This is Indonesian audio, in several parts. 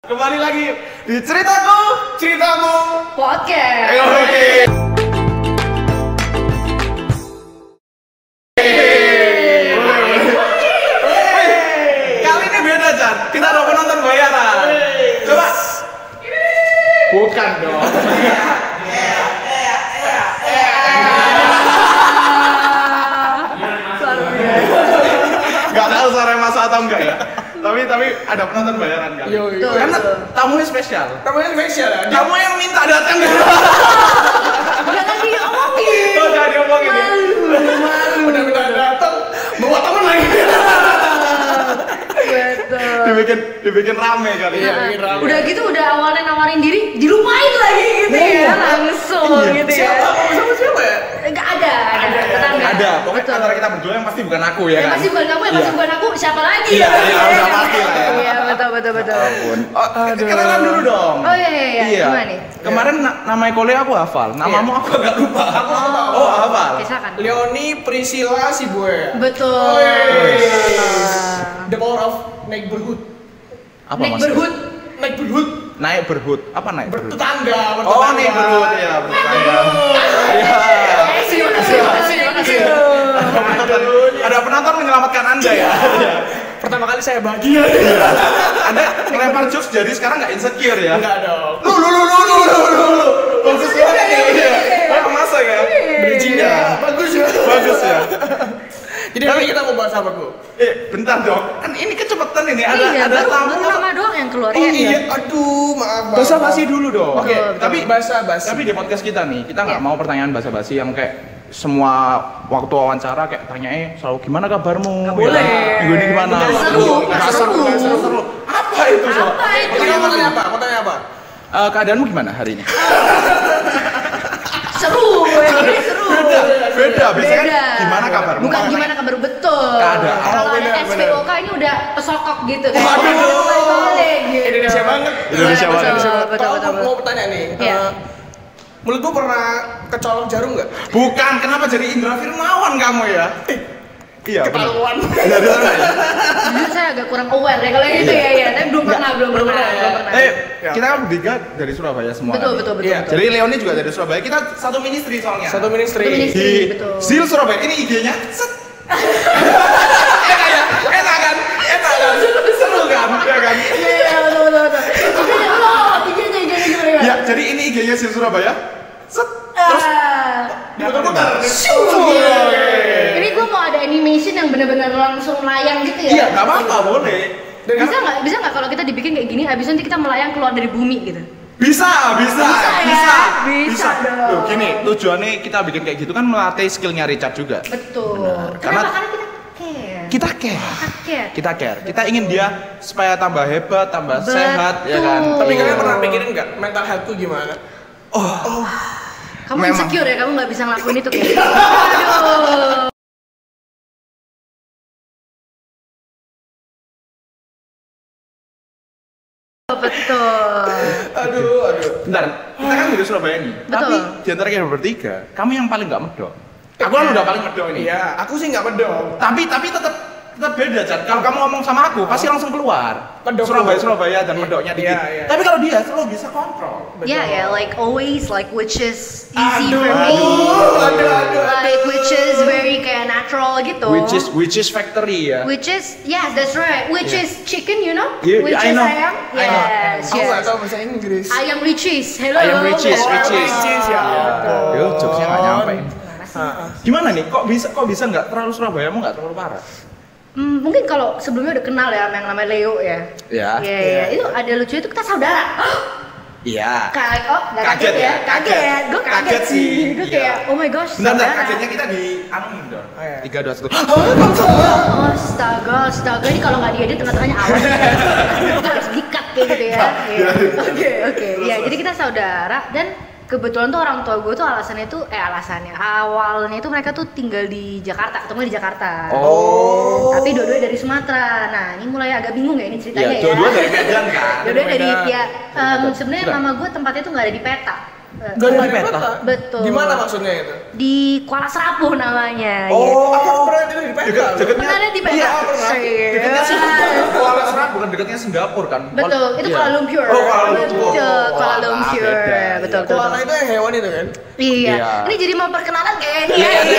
Kembali lagi di Ceritaku, Ceritamu Podcast. Oke. Kali ini beda, Chan. Kita ada penonton bayaran. Coba. Bukan dong. Gak tahu suara masuk atau enggak ya. Tapi ada penonton bayaran kali. Karena tamunya spesial. Tamunya spesial ya? Kamu yang minta datang. Jangan diomongin. Oh, jangan diomongin ya. Udah minta datang, bawa temen lagi. Betul. Dibikin rame kali ya. bikin rame. Udah gitu udah awalnya nawarin diri, dilupain lagi gitu ya, langsung gitu ya. Siapa ya? Enggak ada. Tenang ya. Ada, pokoknya Betul. antara kita berdua yang pasti bukan aku ya Yang kan. pasti bukan kamu, yang pasti bukan aku, siapa lagi? Iya, udah pasti lah ya. Iya, betul. Ampun. Kenalan dulu dong. Oh iya. Gimana nih? Kemarin nama Ekole aku hafal, namamu aku agak lupa. Aku tahu. Oh, hafal. Oke, silakan. Leoni Priscilla si Boy. Betul. The power of neighborhood. Apa Naik maksudnya? berhut. Neighborhood. Naik berhut. Apa naik berhut? Bertetangga. Oh, naik berhut ya, bertetangga. Makasih. Ada penonton menyelamatkan Anda ya. Pertama kali saya bahagia. Anda ngelempar jokes jadi sekarang nggak insecure ya? Enggak dong. Lu. Bagus banget ya. Masa ya? Bridging ya. Bagus ya. Bagus ya. Jadi hari ini kita mau bahas apa, Bu? Bentar dong. Kan ini kecepatan ini. Iya, Ada tamu. baru nama doang yang keluar Oh ya. iya, aduh, maaf. Basa-basi dulu dong. Oke, tapi basa-basi. Tapi di podcast kita nih, kita nggak Iya. mau pertanyaan basa-basi yang kayak semua waktu wawancara kayak tanyain selalu gimana kabarmu? Nggak boleh. Minggu ini gimana? Nggak seru. Nggak seru. Apa itu soal? Apa itu? Jadi kamu tanya apa? Mau tanya apa? Keadaanmu gimana hari ini? Seru, ini seru. Beda. Biasanya kan gimana kabarmu? Bukan gimana kabar, betul. Keadaan. Kalau Oh, ada benar. SPOK ini udah pesokok gitu. Waduh. Boleh gitu. Indonesia banget. Indonesia banget. Betul. Kalau aku mau bertanya nih, Iya. mulut gua pernah kecolok jarum nggak? Bukan, kenapa jadi Indra Firmawan kamu ya? Iya, benar. Ketahuan. Dari sana ya? Jujur saya agak kurang aware ya kalau itu ya. Tapi belum pernah. Kita kan bertiga dari Surabaya semua. Betul. kan? Iya. Jadi Leoni juga dari Surabaya. Kita satu ministry soalnya. Satu ministry. Satu ministry. Di Betul. Zil Surabaya. Ini IG-nya. Set. Enak kan? Seru kan? Ya kan? Iya, betul. Ijanya. Ya, jadi ini IG-nya Zil Surabaya. Set. Terus Diputar-putar. Ini gue mau ada animation yang benar-benar langsung melayang gitu ya. iya, nggak apa-apa, boleh. Bisa nggak kalau kita dibikin kayak gini, abis nanti kita melayang keluar dari bumi gitu? Bisa ya? Bisa dong. Loh, gini, tujuannya kita bikin kayak gitu kan melatih skillnya Richard juga. Betul. Karena- Karena kita care. Kita care. Kita ingin dia supaya tambah hebat, tambah Betul. sehat, ya kan? Tapi kalian pernah mikirin nggak mental health tuh gimana? Kamu Memang. insecure ya, kamu nggak bisa ngelakuin itu kayak gitu. Aduh. Betul. Aduh. Bentar, kita kan dari Surabaya nih. Betul. Tapi di antara kita bertiga, kamu yang paling nggak medok. Aku kan udah paling medok ini. Iya, aku sih nggak medok. Tapi tetap beda, Chan. Kalau kamu ngomong sama aku, pasti langsung keluar. Medok. Surabaya dan medoknya dikit. Iya. Tapi kalau dia selalu bisa kontrol. Ya, like always, like which is easy for me. Aduh. Like which is very kayak natural gitu. Which is factory ya. Which is, yes, that's right. Which Yeah. is chicken, you know? Yeah, Which I is know. ayam. I know. Yes, Aku nggak yes. tahu bahasa Inggris. Ayam Ricis. Hello. Ayam Ricis, Oh, Ricis. Ricis, ya ampun. Yo, jokesnya nggak nyampe. Makasih. Gimana nih? Kok bisa nggak terlalu Surabayamu nggak terlalu parah? Mungkin kalau sebelumnya udah kenal ya sama yang namanya Leo ya. Ya. Iya. Itu ada lucu itu kita saudara. Iya. Nggak Kaget kaget ya? ya? Kaget. Gue Kaget kaget sih. sih. Gue Iya. kayak, oh my gosh, Bentar, saudara. kagetnya kita di anuin dong. Oh, iya. 3, 2, 1. Oh, astaga. Ini kalau nggak diedit tengah-tengahnya awas. Kita harus dikat kayak gitu ya. Iya. Oke. Ya, jadi kita saudara dan kebetulan tuh orang tua gue tuh awalnya itu mereka tuh tinggal di Jakarta, ketemu di Jakarta. Oh. Tapi dua-duanya dari Sumatera. Nah, ini mulai agak bingung ya ini ceritanya Ya, ya. dua-dua dari Medan kan. Dua-duanya dari Medan. ya Medan. sebenarnya Udah. mama gue tempatnya tuh nggak ada di peta. Gak ada peta. Betul. Di mana maksudnya itu? Di Kuala Serapuh namanya. Oh, aku pernah itu di peta. Dekatnya. Pernah ada di peta. Iya, pernah. Dekatnya Singapura. Kuala Serapuh bukan dekatnya Singapura kan? Betul, itu Iya. Kuala Lumpur. Oh, Kuala Lumpur. Betul, Kuala Lumpur. beda. Betul. Koala itu yang hewan itu kan? Iya. Iya. Ini jadi mau perkenalan kayaknya.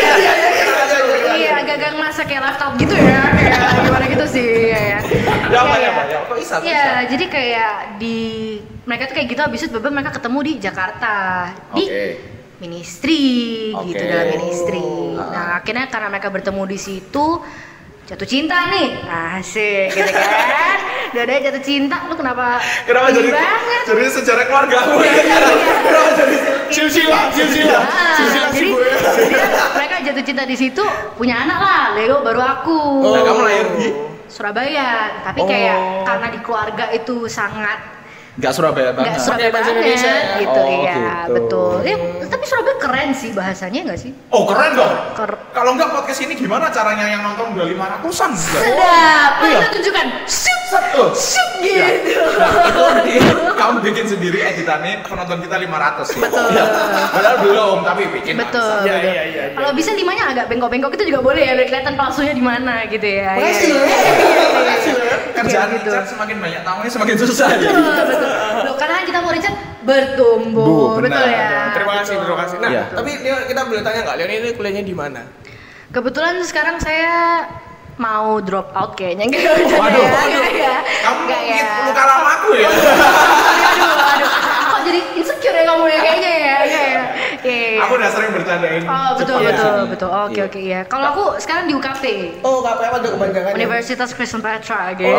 Iya, agak-agak ngerasa kayak laptop gitu ya. Kayak gimana gitu sih. Ya. Ada apa Iya, ya, iya. Pak? Ya, kok bisa? Iya, jadi kayak di mereka tuh kayak gitu habis itu tiba-tiba mereka ketemu di Jakarta di Oke. Ministry gitu Oke. dalam Ministry. Nah, akhirnya karena mereka bertemu di situ jatuh cinta nih. Asik gitu kan. Dua-duanya jatuh cinta. Lu kenapa Kenapa ini jadi banget? jadi sejarah keluarga? Kenapa jadi silsilah? Ah, Silsilah si jadi, gue. jadi mereka jatuh cinta di situ, punya anak lah, Leo baru aku. Nah, kamu lahir di Surabaya, tapi kayak karena di keluarga itu sangat Enggak Surabaya banget. nggak Surabaya Bahasa banget Indonesia ya? gitu, Oh, iya gitu. betul. Tapi Surabaya keren sih bahasanya nggak sih? Oh, keren dong. Kalau enggak podcast ini gimana caranya yang nonton udah 500-an? Sedap, Iya. kita tunjukkan, syup, Tuh. syup gitu. Kamu bikin sendiri editannya penonton kita 500 ya. Betul. Ya. Padahal belum, tapi bikin. Betul. Iya, betul. iya, iya, iya. Kalau bisa limanya agak bengkok-bengkok itu juga boleh ya, biar kelihatan palsunya di mana gitu ya. Makasih Iya. loh. Makasih loh. Kerjaan Iya, gitu. Richard semakin banyak tamunya semakin susah ya. Betul. Loh, karena kita mau Richard bertumbuh, Benar. betul ya. Terima kasih, Betul. terima kasih. Nah, Iya. tapi Leon, kita boleh tanya nggak, Leon ini kuliahnya di mana? Kebetulan sekarang saya mau drop out kayaknya enggak Waduh, ya. Kamu Enggak ya. luka lama aku ya. Aduh. Kok jadi insecure ya kamu ya kayaknya ya. Iya. Aku udah sering bercandain. Oh, betul Jepang. betul Iya. betul. Oke iya. Kalau aku sekarang di UKP. Oh, KP apa tuh kepanjangannya? Universitas Kristen Petra gitu.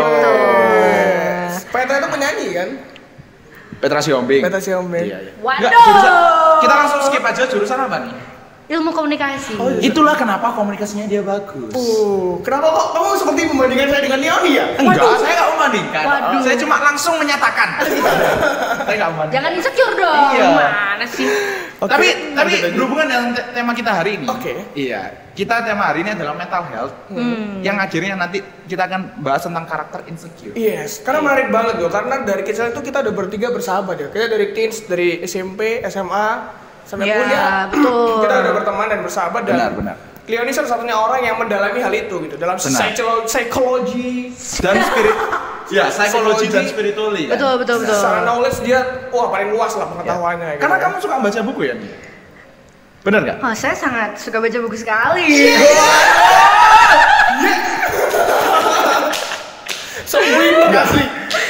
Petra itu penyanyi kan? Petra Siombing. Petra Siombing. Iya, iya. Waduh. Enggak, jurusan, kita langsung skip aja jurusan apa nih? Ilmu komunikasi. Itulah kenapa komunikasinya dia bagus. Kenapa kok kamu seperti membandingkan saya dengan Leoni ya? Enggak, saya nggak membandingkan. Waduh. Saya cuma langsung menyatakan. Saya nggak membandingkan. Jangan insecure dong. Iya. Mana sih? Oke. Tapi Lanjut, lanjut. berhubungan dengan tema kita hari ini. Oke. Iya, kita tema hari ini adalah mental health. Yang akhirnya nanti kita akan bahas tentang karakter insecure. Yes, karena menarik banget loh. Karena dari kecil itu kita udah bertiga bersahabat ya. Kita dari teens, dari SMP, SMA, sampai Iya, kuliah. betul. Kita udah berteman dan bersahabat dan Benar. Leoni salah satunya orang yang mendalami hal itu gitu dalam Benar. psikologi, Dan spirit, ya psikologi dan spiritually. Kan? Betul. secara knowledge dia paling luas lah pengetahuannya. Ya. Gitu Karena ya. kamu suka baca buku ya nih? Bener nggak? Oh, saya sangat suka baca buku sekali. asli.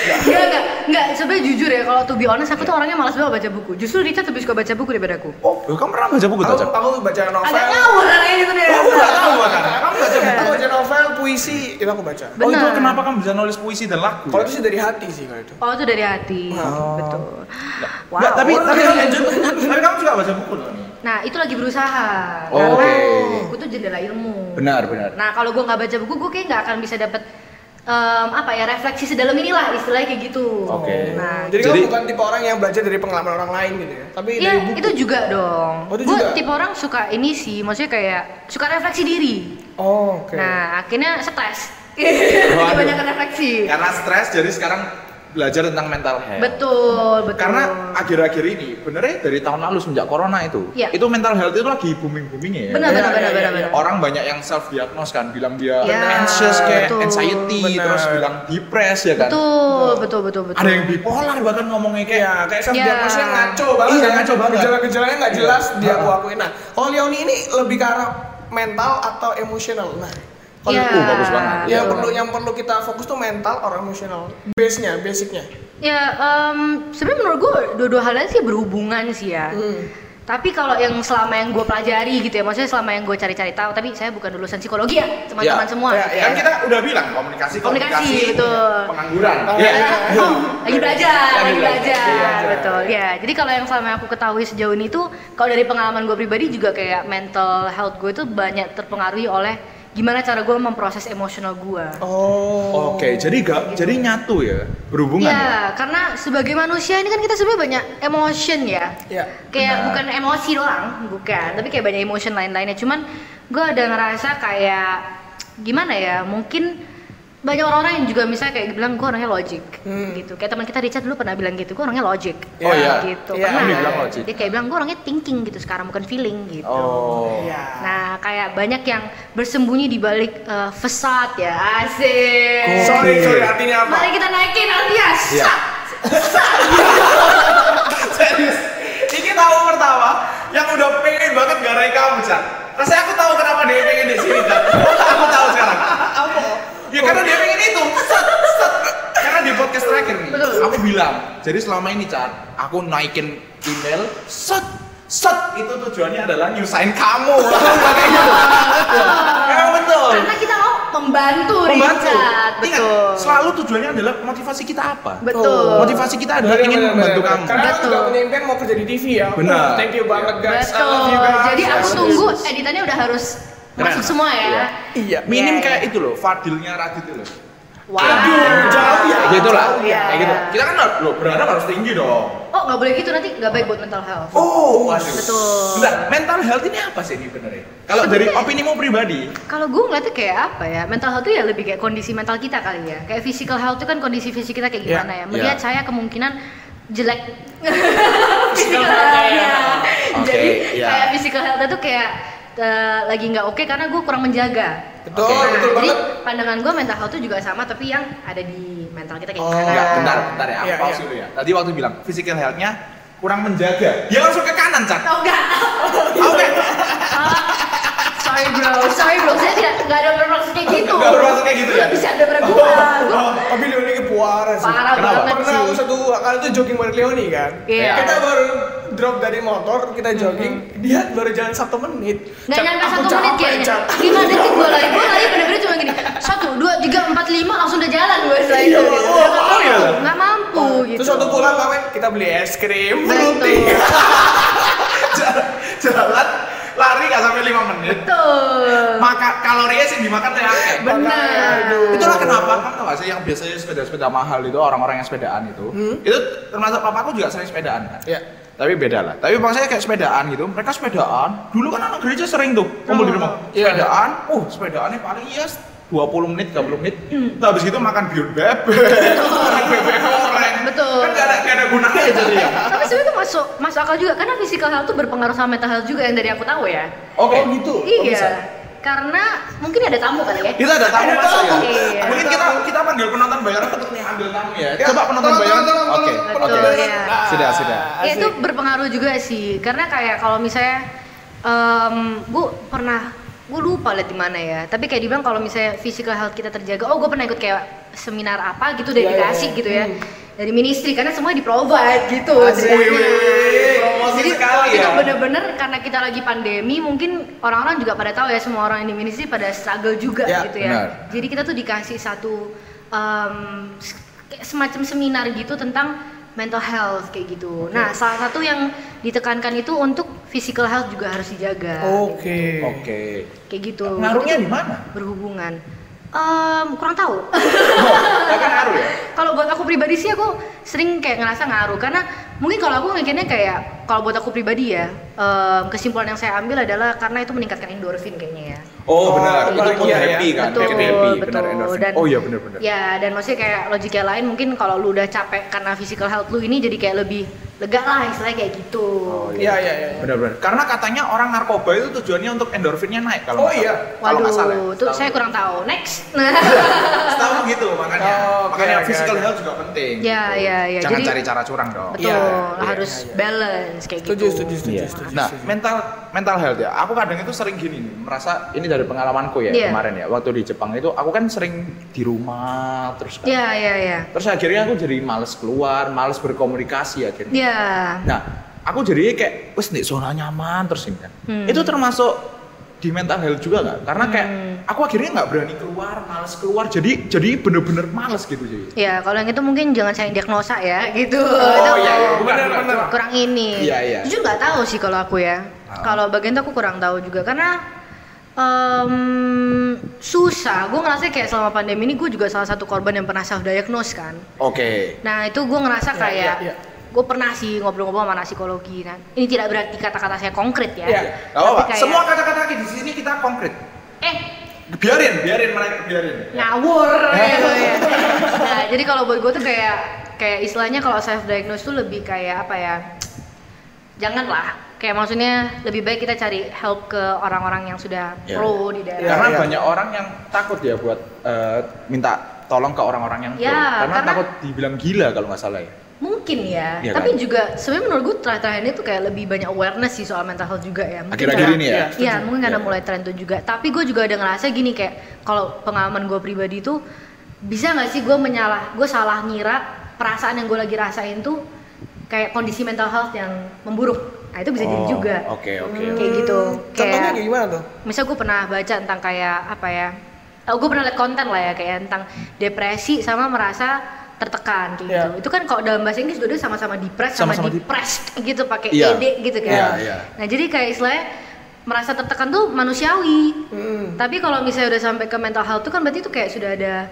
Enggak, sebenarnya jujur ya, kalau to be honest aku tuh orangnya malas banget baca buku. Justru Richard lebih suka baca buku daripada aku. Oh, kamu pernah baca buku Aku, Taca? aku baca novel. Agak ngawur kayak gitu deh. Oh, nggak tahu bahkan. Kamu baca buku? Aku baca novel, puisi, itu aku baca. Oh, itu Benar. kenapa kamu bisa nulis puisi dan lagu? Kalau itu sih dari hati sih kalau itu. Oh, itu dari hati. Oh. Betul. Nggak, tapi kamu suka baca buku loh nih. Nah, itu lagi berusaha. Oh, Karena oke. buku tuh jendela ilmu. Benar. Nah, kalau gue nggak baca buku, gue kayak nggak akan bisa dapet refleksi sedalam inilah istilahnya kayak gitu. Oke. Nah, Jadi, Jadi- kamu bukan tipe orang yang belajar dari pengalaman orang lain gitu ya. Tapi iya dari buku. itu juga dong. Oh, itu Gue juga? tipe orang suka ini sih, maksudnya kayak suka refleksi diri. Oh, oke. Nah, akhirnya stres. Waduh. Kebanyakan refleksi. Karena stres, jadi sekarang belajar tentang mental health. Betul. Karena akhir-akhir ini, benernya dari tahun lalu semenjak corona itu, Iya. itu mental health itu lagi booming-boomingnya ya. Benar. Orang banyak yang self diagnose kan, bilang dia Ya, anxious kayak betul. anxiety, Benar. terus bilang depressed ya kan. Betul. Ada yang bipolar bahkan ngomongnya kayak Iya, kayak self Ya. diagnosnya ngaco banget. Iya, kan? ngaco banget. Gejala-gejalanya nggak jelas Iya. dia aku akuin. Nah, kalau Leoni ini lebih ke arah mental atau emosional. Nah, kalau Ya. bagus banget. yang perlu kita fokus tuh mental atau emosional. Basicnya. Ya, sebenarnya menurut gue dua-dua halnya sih berhubungan sih ya. Tapi kalau yang selama yang gue pelajari gitu ya, maksudnya selama yang gue cari-cari tahu, tapi saya bukan lulusan psikologi ya, teman-teman Ya. semua. Ya. Kan kita udah bilang komunikasi, betul. pengangguran. Lagi belajar, Iya. betul. Ya, jadi kalau yang selama aku ketahui sejauh ini tuh, kalau dari pengalaman gue pribadi juga kayak mental health gue itu banyak terpengaruhi oleh gimana cara gue memproses emosional gue. Oh. Oke, jadi jadi nyatu ya, berhubungan ya. Ya, karena sebagai manusia ini kan kita sebenarnya banyak emotion ya. Ya. Kayak Benar. bukan emosi doang, bukan, tapi kayak banyak emotion lain-lainnya. Cuman gue ada ngerasa kayak gimana ya, mungkin banyak orang-orang yang juga misalnya kayak bilang gue orangnya logic gitu. Kayak teman kita Richard dulu pernah bilang gitu, gue orangnya logic. Oh iya. Gitu. Iya, Pernah. dia bilang logic. Dia kayak bilang gue orangnya thinking gitu sekarang bukan feeling gitu. Oh. Iya. Nah, kayak banyak yang bersembunyi di balik fasad ya. Asik. Sorry, artinya apa? Mari kita naikin artinya. Iya. Serius. Ini tahu pertama yang udah pengen banget garai kamu, Cak. Rasanya aku tahu kenapa dia pengen di sini, Cak. Aku tahu sekarang. Apa? Ya karena dia pengen itu. Set. Karena di podcast terakhir nih, Betul. aku bilang, jadi selama ini, Cak, aku naikin email, set, itu tujuannya adalah nyusahin kamu. Kayak gitu. Ya betul. Karena kita mau membantu Richard. Ingat, Betul. selalu tujuannya adalah motivasi kita apa? Betul. Motivasi kita adalah ingin membantu kamu. Karena aku Betul. juga punya impian mau kerja di TV ya. Benar. Thank you banget guys. I love Betul. you guys. Jadi aku Yes, tunggu yes. editannya udah harus Keren. masuk semua ya. Iya. Iya. Minim Iya, kayak iya. itu loh, Fadilnya Radit itu loh. Wow. Aduh, jauh ya. Kayak gitu lah. Iya. Kayak gitu. Kita kan loh berharap harus tinggi dong. Oh nggak boleh gitu nanti nggak baik buat mental health. Oh, waduh. Betul. Bentar, mental health ini apa sih ini benernya? Kalau dari opinimu pribadi, Kalau gue ngeliatnya kayak apa ya, mental health itu ya lebih kayak kondisi mental kita kali ya. Kayak physical health itu kan kondisi fisik kita kayak gimana ya. Melihat Iya. saya kemungkinan jelek physical health-nya. Oke, Jadi iya. kayak physical health itu kayak lagi nggak oke karena gue kurang menjaga. Betul, Oke. betul Jadi banget. pandangan gue mental health itu juga sama tapi yang ada di mental kita kayak Oh. gimana. bentar ya, aku Iya, pause iya. dulu ya. Tadi waktu bilang physical health-nya kurang menjaga. Dia langsung ke kanan, Cak. Oh enggak. Oke. Sorry bro, saya nggak ada bermaksud kayak gitu. Nggak bermaksud kayak gitu ya? Bisa ada gua. Tapi Leoni ini puara sih. Parah Kenapa? banget Pernah sih. aku satu kali tuh jogging bareng Leoni kan. Iya. Kita baru drop dari motor, kita jogging, dia baru jalan 1 menit. Nggak Cak, nyampe aku 1 menit capek, kayaknya. Cak. 5 detik gue lari bener-bener cuma gini 1, 2, 3, 4, 5 langsung udah jalan gue setelah itu Iya, gitu. oh, iya. Nggak mampu gitu. Terus waktu pulang kami kita beli es krim, Betul. fruity. Jalan lari nggak sampai 5 menit. Betul. Maka kalorinya sih dimakan teh akeh. Bener. Itulah kenapa kan tau gak sih yang biasanya sepeda-sepeda mahal itu orang-orang yang sepedaan itu. Itu termasuk papaku juga sering sepedaan kan. Iya. Tapi beda lah. Tapi maksudnya kayak sepedaan gitu. Mereka sepedaan. Dulu kan anak gereja sering tuh kumpul di rumah. Iya. Sepedaan. Sepedaannya paling iya 20 menit, 30 menit. Terus habis itu makan bihun bebek. Makan bebek goreng. Betul. Kan gak ada gunanya jadi ya. Tapi sebenarnya itu masuk akal juga karena physical health tuh berpengaruh sama mental health juga yang dari aku tahu ya. Oke. Oh gitu. Oh, bisa. Iya. Karena mungkin ada tamu kali ya. Kita ada tamu Ada masuk ya. tamu. Iya. Mungkin kita panggil penonton bayaran untuk ambil tamu ya. Ya, Coba penonton bayaran. tolong, Oke. penonton Betul, Oke. iya. Sudah. Ya itu berpengaruh juga sih, karena kayak kalau misalnya gue lupa liat di mana ya, tapi kayak dibilang kalau misalnya physical health kita terjaga, gue pernah ikut kayak seminar apa gitu dari Iya, iya, dikasih iya. gitu ya, dari ministry karena semua di provide gitu Asik. ceritanya. Promosi Jadi sekali itu ya. bener-bener karena kita lagi pandemi, mungkin orang-orang juga pada tahu ya, semua orang yang di ministry pada struggle juga Ya, gitu ya. benar. Jadi kita tuh dikasih satu kayak semacam seminar gitu tentang mental health kayak gitu. Nah, salah satu yang ditekankan itu untuk physical health juga harus dijaga. Oke. Oke. Kayak gitu. Ngaruhnya di mana? Berhubungan. Kurang tahu. Gak kan ngaruh ya? Kalau buat aku pribadi sih aku sering kayak ngerasa ngaruh karena mungkin kalau aku mikirnya kayak kalau buat aku pribadi ya kesimpulan yang saya ambil adalah karena itu meningkatkan endorfin kayaknya ya. Oh, benar. Oh, Itu pun iya, happy iya. kan? Betul, Bikin happy, betul. benar endorfin. Dan- Oh iya benar-benar. Ya, dan maksudnya kayak logiknya lain mungkin kalau lu udah capek karena physical health lu ini jadi kayak lebih lega lah istilahnya kayak gitu. Oh, Iya, iya, iya. Benar-benar. Karena katanya orang narkoba itu tujuannya untuk endorfinnya naik kalau Oh, nggak iya. salah. Kalau nggak salah. Waduh, tuh saya kurang tahu. Next. Nah. Setahu gitu makanya. Oh, oke, Makanya oke, physical oke. health juga penting. Ya, ya, ya. Jangan Jadi cari cara curang dong. betul, Iya, iya, harus iya. balance kayak Setuju, gitu. setuju, setuju, Iya. setuju. Nah, mental health ya. Aku kadang itu sering gini nih, merasa ini dari pengalamanku ya Iya. kemarin ya. Waktu di Jepang itu aku kan sering di rumah terus kan. Ya, ya, ya. Terus akhirnya aku jadi males keluar, males berkomunikasi akhirnya. Ya. Nah, aku jadi kayak wes nih zona nyaman terus ini kan. Hmm. Itu termasuk di mental health juga nggak? Karena kayak aku akhirnya nggak berani keluar, males keluar. Jadi bener-bener males gitu jadi. Ya, kalau yang itu mungkin jangan saya diagnosa ya, gitu. Oh Itu iya, iya. Bukan, Bener, bukan. bener. kurang ini. Iya, iya. Jujur nggak tahu sih kalau aku ya. Kalau bagian itu aku kurang tahu juga karena susah. Gue ngerasa kayak selama pandemi ini gue juga salah satu korban yang pernah self diagnose kan. Oke. Nah itu gue ngerasa Ya, kayak ya, ya. gue pernah sih ngobrol-ngobrol sama anak psikologi kan. Ini tidak berarti kata-kata saya konkret ya. Ya, Gak apa-apa. Tapi kayak- Semua kata-kata di sini kita konkret. Eh, biarin mereka biarin. Ngawur gitu ya. Nah, jadi kalau buat gue tuh kayak istilahnya kalau self diagnose tuh lebih kayak apa ya? Janganlah. Kayak maksudnya lebih baik kita cari help ke orang-orang yang sudah pro di daerah. Karena banyak orang yang takut ya buat minta tolong ke orang-orang yang pro. Karena takut dibilang gila kalau nggak salah ya. Mungkin ya, tapi kan? Juga sebenarnya menurut gue terakhir ini tuh kayak lebih banyak awareness sih soal mental health juga ya. Akhir-akhir ini ya? Iya, mungkin karena mulai tren itu juga. Tapi gue juga ada ngerasa gini kayak kalau pengalaman gue pribadi tuh bisa nggak sih gue salah ngira perasaan yang gue lagi rasain tuh kayak kondisi mental health yang memburuk. Nah itu bisa jadi juga. Oke. Kayak gitu. Contohnya kayak gimana tuh? Misal gue pernah baca tentang kayak apa ya? Gue pernah liat konten lah ya kayak tentang depresi sama merasa tertekan kayak gitu. Itu kan kalau dalam bahasa Inggris udah sama-sama depressed sama depressed gitu pakai ed gitu kan. Nah, jadi kayak istilahnya merasa tertekan tuh manusiawi. Tapi kalau misalnya udah sampai ke mental health tuh kan berarti itu kayak sudah ada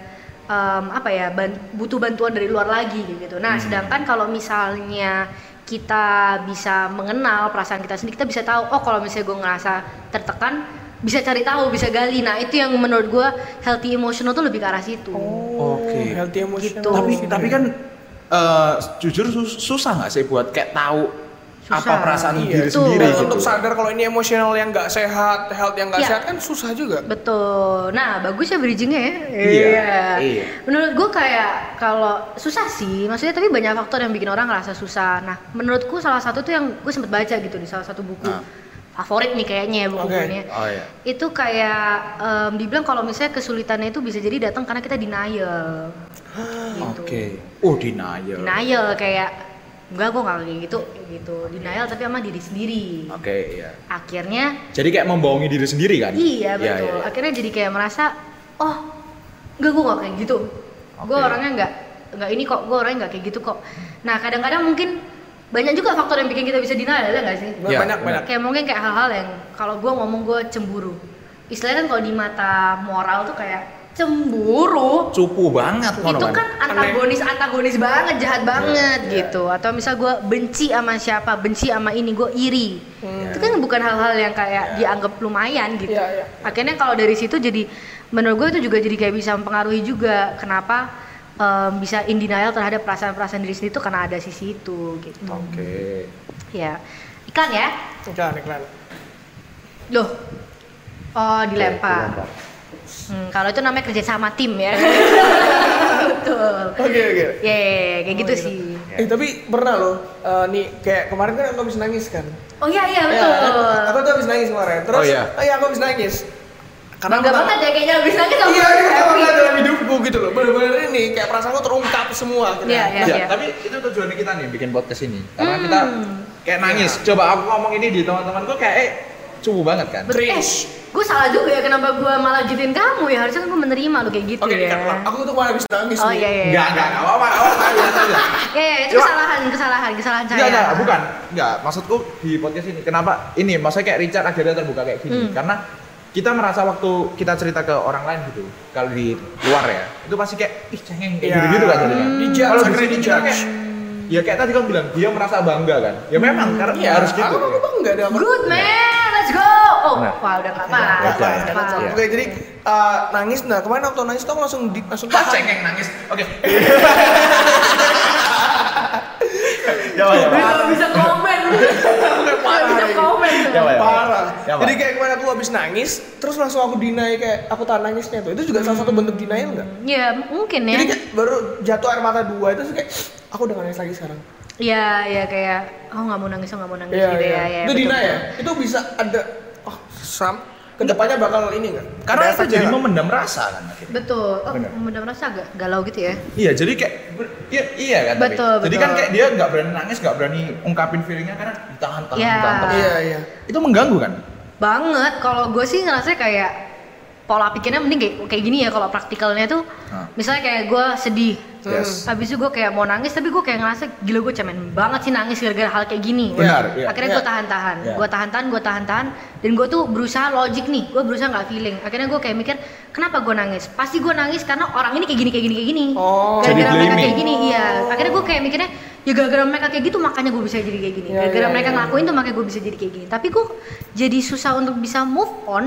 butuh bantuan dari luar lagi gitu. Nah, sedangkan kalau misalnya kita bisa mengenal perasaan kita sendiri, kita bisa tahu kalau misalnya gue ngerasa tertekan, bisa cari tahu, bisa gali. Nah, itu yang menurut gue healthy emotional tuh lebih ke arah situ. Healthy emotional. Gitu. Tapi kan jujur susah nggak sih buat kayak tahu apa perasaan diri sendiri gitu. Untuk sadar kalau ini emosional yang nggak sehat, health yang nggak sehat kan susah juga. Betul. Nah, bagus ya bridgingnya ya. Iya. Menurut gue kayak kalau susah sih, maksudnya tapi banyak faktor yang bikin orang ngerasa susah. Nah, menurutku salah satu tuh yang gue sempet baca gitu di salah satu buku. Favorit nih kayaknya buku-bukunya. Itu kayak dibilang kalau misalnya kesulitannya itu bisa jadi datang karena kita denial. Gitu. Denial. Denial kayak enggak, gue nggak kayak gitu. Denial tapi sama diri sendiri. Akhirnya. Jadi kayak membohongi diri sendiri kan? Iya betul. Akhirnya jadi kayak merasa, enggak, gue nggak kayak gitu. Gue orangnya nggak ini kok. Gue orangnya nggak kayak gitu kok. Nah kadang-kadang mungkin banyak juga faktor yang bikin kita bisa denial, ada nggak sih? Banyak. Kayak mungkin kayak hal-hal yang kalau gue ngomong gue cemburu. Istilahnya kan kalau di mata moral tuh kayak cemburu. Cupu banget. Itu kan antagonis banget, jahat banget gitu. Atau misal gue benci sama siapa, benci sama ini, gue iri. Itu kan bukan hal-hal yang kayak dianggap lumayan gitu. Akhirnya kalau dari situ jadi menurut gue itu juga jadi kayak bisa mempengaruhi juga kenapa bisa in denial terhadap perasaan-perasaan diri sendiri itu karena ada sisi itu gitu. Ya. Iklan ya? Iklan. Loh. Dilempar. Kalau itu namanya kerja sama tim ya. Betul. Oke. Kayak gitu sih. Tapi pernah loh, nih kayak kemarin kan aku habis nangis kan. Oh iya betul. Aku tuh habis nangis kemarin. Terus aku habis nangis. Karena bangga banget ya kayaknya habis nangis sama ini pertama kali dalam hidupku gitu loh. Bener-bener ini kayak perasaanku terungkap semua. Iya. Tapi itu tujuannya kita nih bikin podcast ini. Karena kita kayak nangis. Coba aku ngomong ini di teman-temanku kayak cupu banget kan. Gue salah juga ya kenapa gue malah gituin kamu ya, harusnya gue menerima lo kayak gitu ya. Aku tuh malah habis nangis nih. Iya. Enggak apa-apa aja. Itu kesalahan saya. Enggak, bukan. Enggak, maksudku di podcast ini kenapa ini maksudnya kayak Richard akhirnya terbuka kayak gini karena kita merasa waktu kita cerita ke orang lain gitu, kalau di luar ya, itu pasti kayak cengeng kayak gitu kan jadinya. Kalau di sini kayak ya kayak tadi kamu bilang dia merasa bangga kan. Ya memang karena harus gitu. Aku bangga deh. Good man, let's go. Wah udah enggak apa-apa. Oke, jadi nangis. Nah, kemarin waktu nangis tuh langsung cengeng nangis. Oke. Ya. Bisa komen. Parah. Jadi kayak kemarin aku habis nangis, terus langsung aku deny kayak aku tahan nangisnya tuh. Itu juga salah satu bentuk denial nggak? Ya mungkin ya. Jadi kayak baru jatuh air mata dua itu kayak aku udah nggak nangis lagi sekarang. Iya kayak nggak mau nangis gitu ya. Itu deny ya. Itu bisa ada kedepannya bakal ini nggak? Karena itu jadi memendam rasa kan akhirnya. Betul. Memendam rasa agak galau gitu ya. Iya, jadi kayak iya kan. Betul. Jadi kan kayak dia nggak berani nangis, nggak berani ungkapin feelingnya karena ditahan. Iya. Itu mengganggu kan? Banget. Kalau gue sih ngerasa kayak pola pikirnya mending kayak gini ya kalau praktikalnya tuh. Misalnya kayak gue sedih. Habis itu gue kayak mau nangis tapi gue kayak ngerasa gila gue cemen banget sih nangis gara-gara hal kayak gini. Benar. Akhirnya gue tahan-tahan. Gue tahan-tahan dan gue tuh berusaha logik nih. Gue berusaha nggak feeling. Akhirnya gue kayak mikir kenapa gue nangis? Pasti gue nangis karena orang ini kayak gini. Gara-gara mereka kayak gini. Iya. Akhirnya gue kayak mikirnya ya gara-gara mereka kayak gitu makanya gue bisa jadi kayak gini. Gara-gara mereka ngelakuin tuh makanya gue bisa jadi kayak gini. Tapi gue jadi susah untuk bisa move on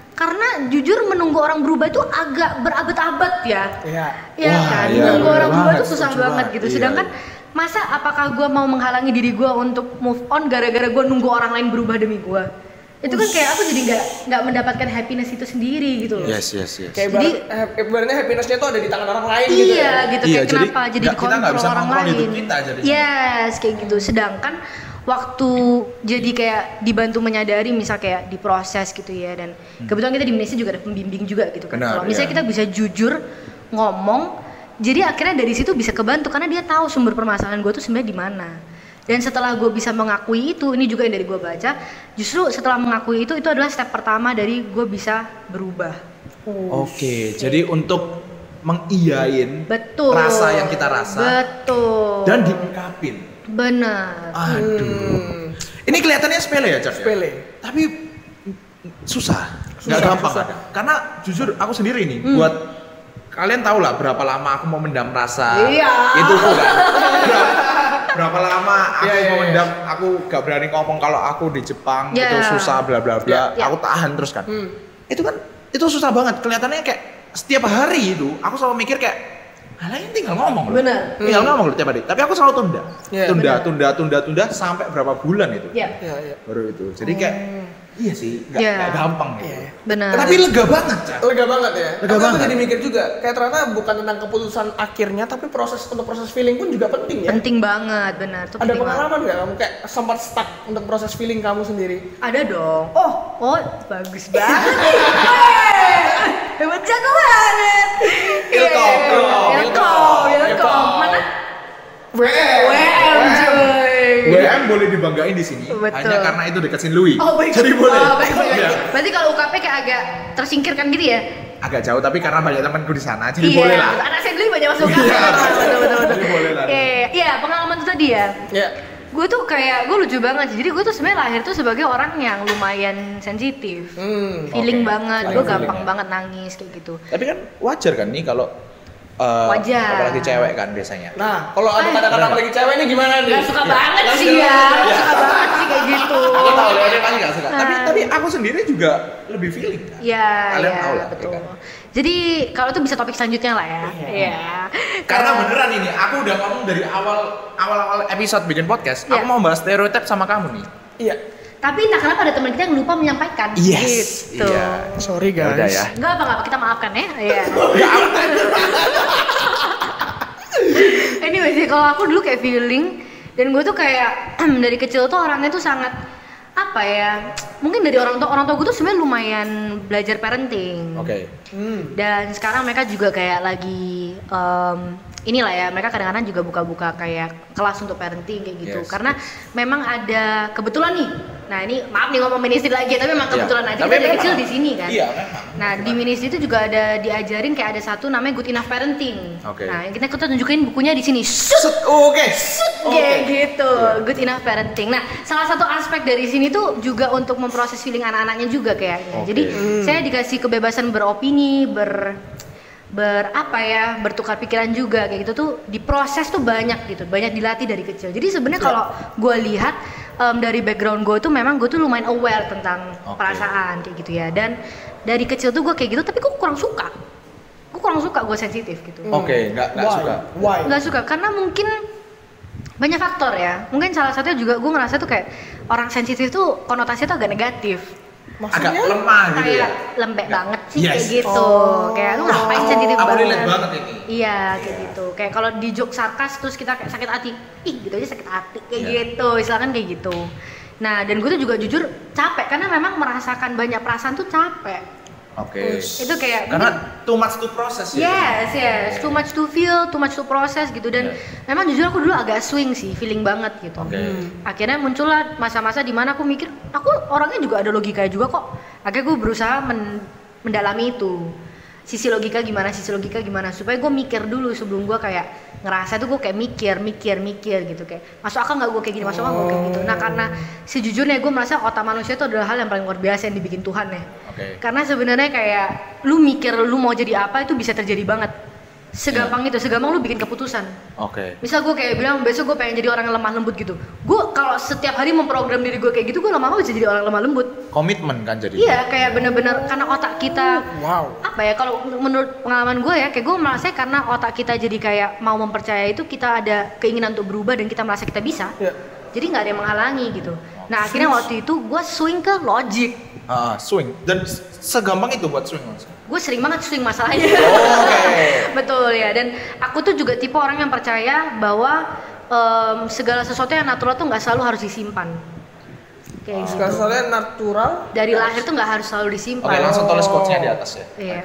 Karena jujur menunggu orang berubah itu agak berabad-abad ya. Iya. Iya Wah, kan, iya, menunggu bener orang berubah banget, itu susah setuju banget banget. gitu. Iya, Sedangkan masa apakah gue mau menghalangi diri gue untuk move on gara-gara gue nunggu orang lain berubah demi gue? Itu kan kayak aku jadi nggak mendapatkan happiness itu sendiri gitu loh. Yes. Kayak Jadi- ibaratnya happiness-nya tuh ada di tangan orang lain gitu ya. Iya gitu, Iya, kayak jadi kenapa jadi kita nggak dikontrol bisa orang ngontrol lain. hidup kita jadinya. Yes, kayak gitu. Sedangkan waktu jadi kayak dibantu menyadari misal kayak diproses gitu ya, dan kebetulan kita di Indonesia juga ada pembimbing juga gitu kan. Benar, Kalau misalnya iya. kita bisa jujur ngomong, jadi akhirnya dari situ bisa kebantu karena dia tahu sumber permasalahan gue tuh sebenarnya di mana. Dan setelah gue bisa mengakui itu, ini juga yang dari gue baca, justru setelah mengakui itu adalah step pertama dari gue bisa berubah. Oke, jadi untuk mengiyain Betul. rasa yang kita rasa Betul. dan diungkapin. Benar. Aduh. Ini kelihatannya sepele ya, Cak? Sepele. Tapi susah. Nggak gampang. susah. Karena jujur aku sendiri nih, buat kalian tahu lah berapa lama aku mau mendam rasa. Iya. Itu tuh kan. Berapa lama aku Iya, iya, mau iya. mendam, aku gak berani ngomong kalau aku di Jepang Iya. itu susah bla bla bla. Iya. Aku tahan terus kan. Itu kan itu susah banget. Kelihatannya kayak setiap hari itu aku selalu mikir kayak ini tinggal ngomong loh. Bener. Tinggal ngomong loh tiap hari. Tapi aku selalu tunda. Iya, Tunda sampai berapa bulan itu. Iya. Iya. Baru itu. Jadi kayak iya sih, nggak Iya. nggak gampang gitu. Iya. Benar. Tapi lega banget, Cak. Lega banget ya. Lega Tapi aku banget. jadi mikir juga, kayak ternyata bukan tentang keputusan akhirnya, tapi proses feeling pun juga penting ya. Penting banget, benar. Itu Ada penting banget. pengalaman nggak kamu kayak sempat stuck untuk proses feeling kamu sendiri? Ada dong. Oh, bagus banget. Hebat, jago banget. Ilkom, Ilkom. Mana? WM. WM, cuy. WM boleh dibanggain di sini Betul. hanya karena itu dekat Saint Louis. Oh, baik. Jadi boleh. Oh, baik. Iya. Berarti kalau UKP kayak agak tersingkirkan gitu ya? Agak jauh tapi karena banyak temanku di sana, jadi Iya, boleh lah. betul. Anak Sendli banyak masuk UKP. Iya. Betul. Jadi boleh lah. Iya, pengalaman itu tadi ya. Ya. Gue tuh kayak, gue lucu banget sih. Jadi gue tuh sebenarnya lahir tuh sebagai orang yang lumayan sensitif. Feeling Oke. banget, Ada gue feeling gampang ya. banget nangis kayak gitu. Tapi kan wajar kan nih kalau Wajar. apalagi cewek kan biasanya. Nah, kalau ada kata-kata apalagi cewek ini gimana nih? Gak suka Iya. banget Gak sih suka. ya, Iya. suka banget sih kayak gitu. Aku tahu Leonnya pasti gak suka. Nah. Tapi aku sendiri juga lebih feeling kan. Iya, Kalian iya, tahu lah, betul. ya kan? Jadi kalau itu bisa topik selanjutnya lah ya. Iya. Karena beneran ini, aku udah ngomong dari awal episode bikin podcast, Iya. aku mau bahas stereotip sama kamu nih. Iya. Tapi entah kenapa ada teman kita yang lupa menyampaikan. Yes. Gitu. Iya. Sorry Ya udah guys. ya. Enggak apa-apa, kita maafkan ya. Iya. Anyway sih, kalau aku dulu kayak feeling, dan gue tuh kayak dari kecil tuh orangnya tuh sangat apa ya, mungkin dari orang tua gue tuh sebenarnya lumayan belajar parenting. Oke. Dan sekarang mereka juga kayak lagi inilah ya, mereka kadang-kadang juga buka-buka kayak kelas untuk parenting kayak gitu. Yes, Karena memang ada kebetulan nih. Nah, ini maaf nih ngomong ministry lagi, tapi memang kebetulan aja Tapi kita dari memang. kecil di sini kan. Iya, memang. Nah, di ministry itu juga ada diajarin kayak ada satu namanya Good Enough Parenting. Oke. Nah, yang kita tunjukin bukunya di sini. Oke. Kayak gitu, Good Enough Parenting. Nah, salah satu aspek dari sini tuh juga untuk memproses feeling anak-anaknya juga kayaknya. Oke. Jadi saya dikasih kebebasan beropini, bertukar pikiran juga kayak gitu tuh, diproses tuh banyak gitu, banyak dilatih dari kecil. Jadi sebenarnya kalau gue lihat dari background gue tuh memang gue tuh lumayan aware tentang perasaan kayak gitu ya. Dan dari kecil tuh gue kayak gitu, tapi gue kurang suka gue sensitif gitu. Oke, nggak suka. Why? Nggak suka karena mungkin banyak faktor ya. Mungkin salah satunya juga gue ngerasa tuh kayak orang sensitif tuh konotasinya tuh agak negatif. Agak Maksudnya? lemah gitu ya. Kayak lembek banget sih Yes. kayak gitu. Oh. Kayak lu ngapain sensitif Aku banget. relate banget ini. Iya, kayak gitu. Kayak kalau di joke sarkas terus kita kayak sakit hati. Ih, gitu aja sakit hati kayak Iya. gitu. Istilahnya kayak gitu. Nah, dan gue tuh juga jujur capek karena memang merasakan banyak perasaan tuh capek. Oke. Itu kayak Karena too much to process ya. Yes, too much to feel, too much to process gitu. Dan memang jujur aku dulu agak swing sih, feeling banget gitu. Oke. Akhirnya muncullah masa-masa dimana aku mikir, aku orangnya juga ada logikanya juga kok. Akhirnya gue berusaha mendalami itu, sisi logika gimana supaya gue mikir dulu sebelum gue kayak ngerasa tuh gue kayak mikir gitu, kayak masuk akal nggak gue kayak gini, masuk akal gue kayak gitu. Nah, karena sejujurnya gue merasa otak manusia itu adalah hal yang paling luar biasa yang dibikin Tuhan ya. Oke. Karena sebenarnya kayak lu mikir lu mau jadi apa itu bisa terjadi banget. Segampang itu, segampang lu bikin keputusan. Oke. Misal gue kayak bilang besok gue pengen jadi orang yang lemah lembut gitu. Gue kalau setiap hari memprogram diri gue kayak gitu, gue lama-lama bisa jadi orang lemah lembut. Komitmen kan jadi. Iya, kayak bener-bener karena otak kita. Wow. Apa ya? Kalau menurut pengalaman gue ya, kayak gue merasa karena otak kita jadi kayak mau mempercaya itu, kita ada keinginan untuk berubah dan kita merasa kita bisa. Ya. Jadi nggak ada yang menghalangi gitu. Nah akhirnya waktu itu gue swing ke logic. Swing. Dan segampang itu buat swing Mas. Gue sering banget swing masalahnya. Oke. Betul ya, dan aku tuh juga tipe orang yang percaya bahwa segala sesuatu yang natural tuh nggak selalu harus disimpan. Kayak gitu. Soalnya natural. Dari lahir tuh nggak harus selalu disimpan. Oke, langsung tulis quotes-nya di atas ya. Iya.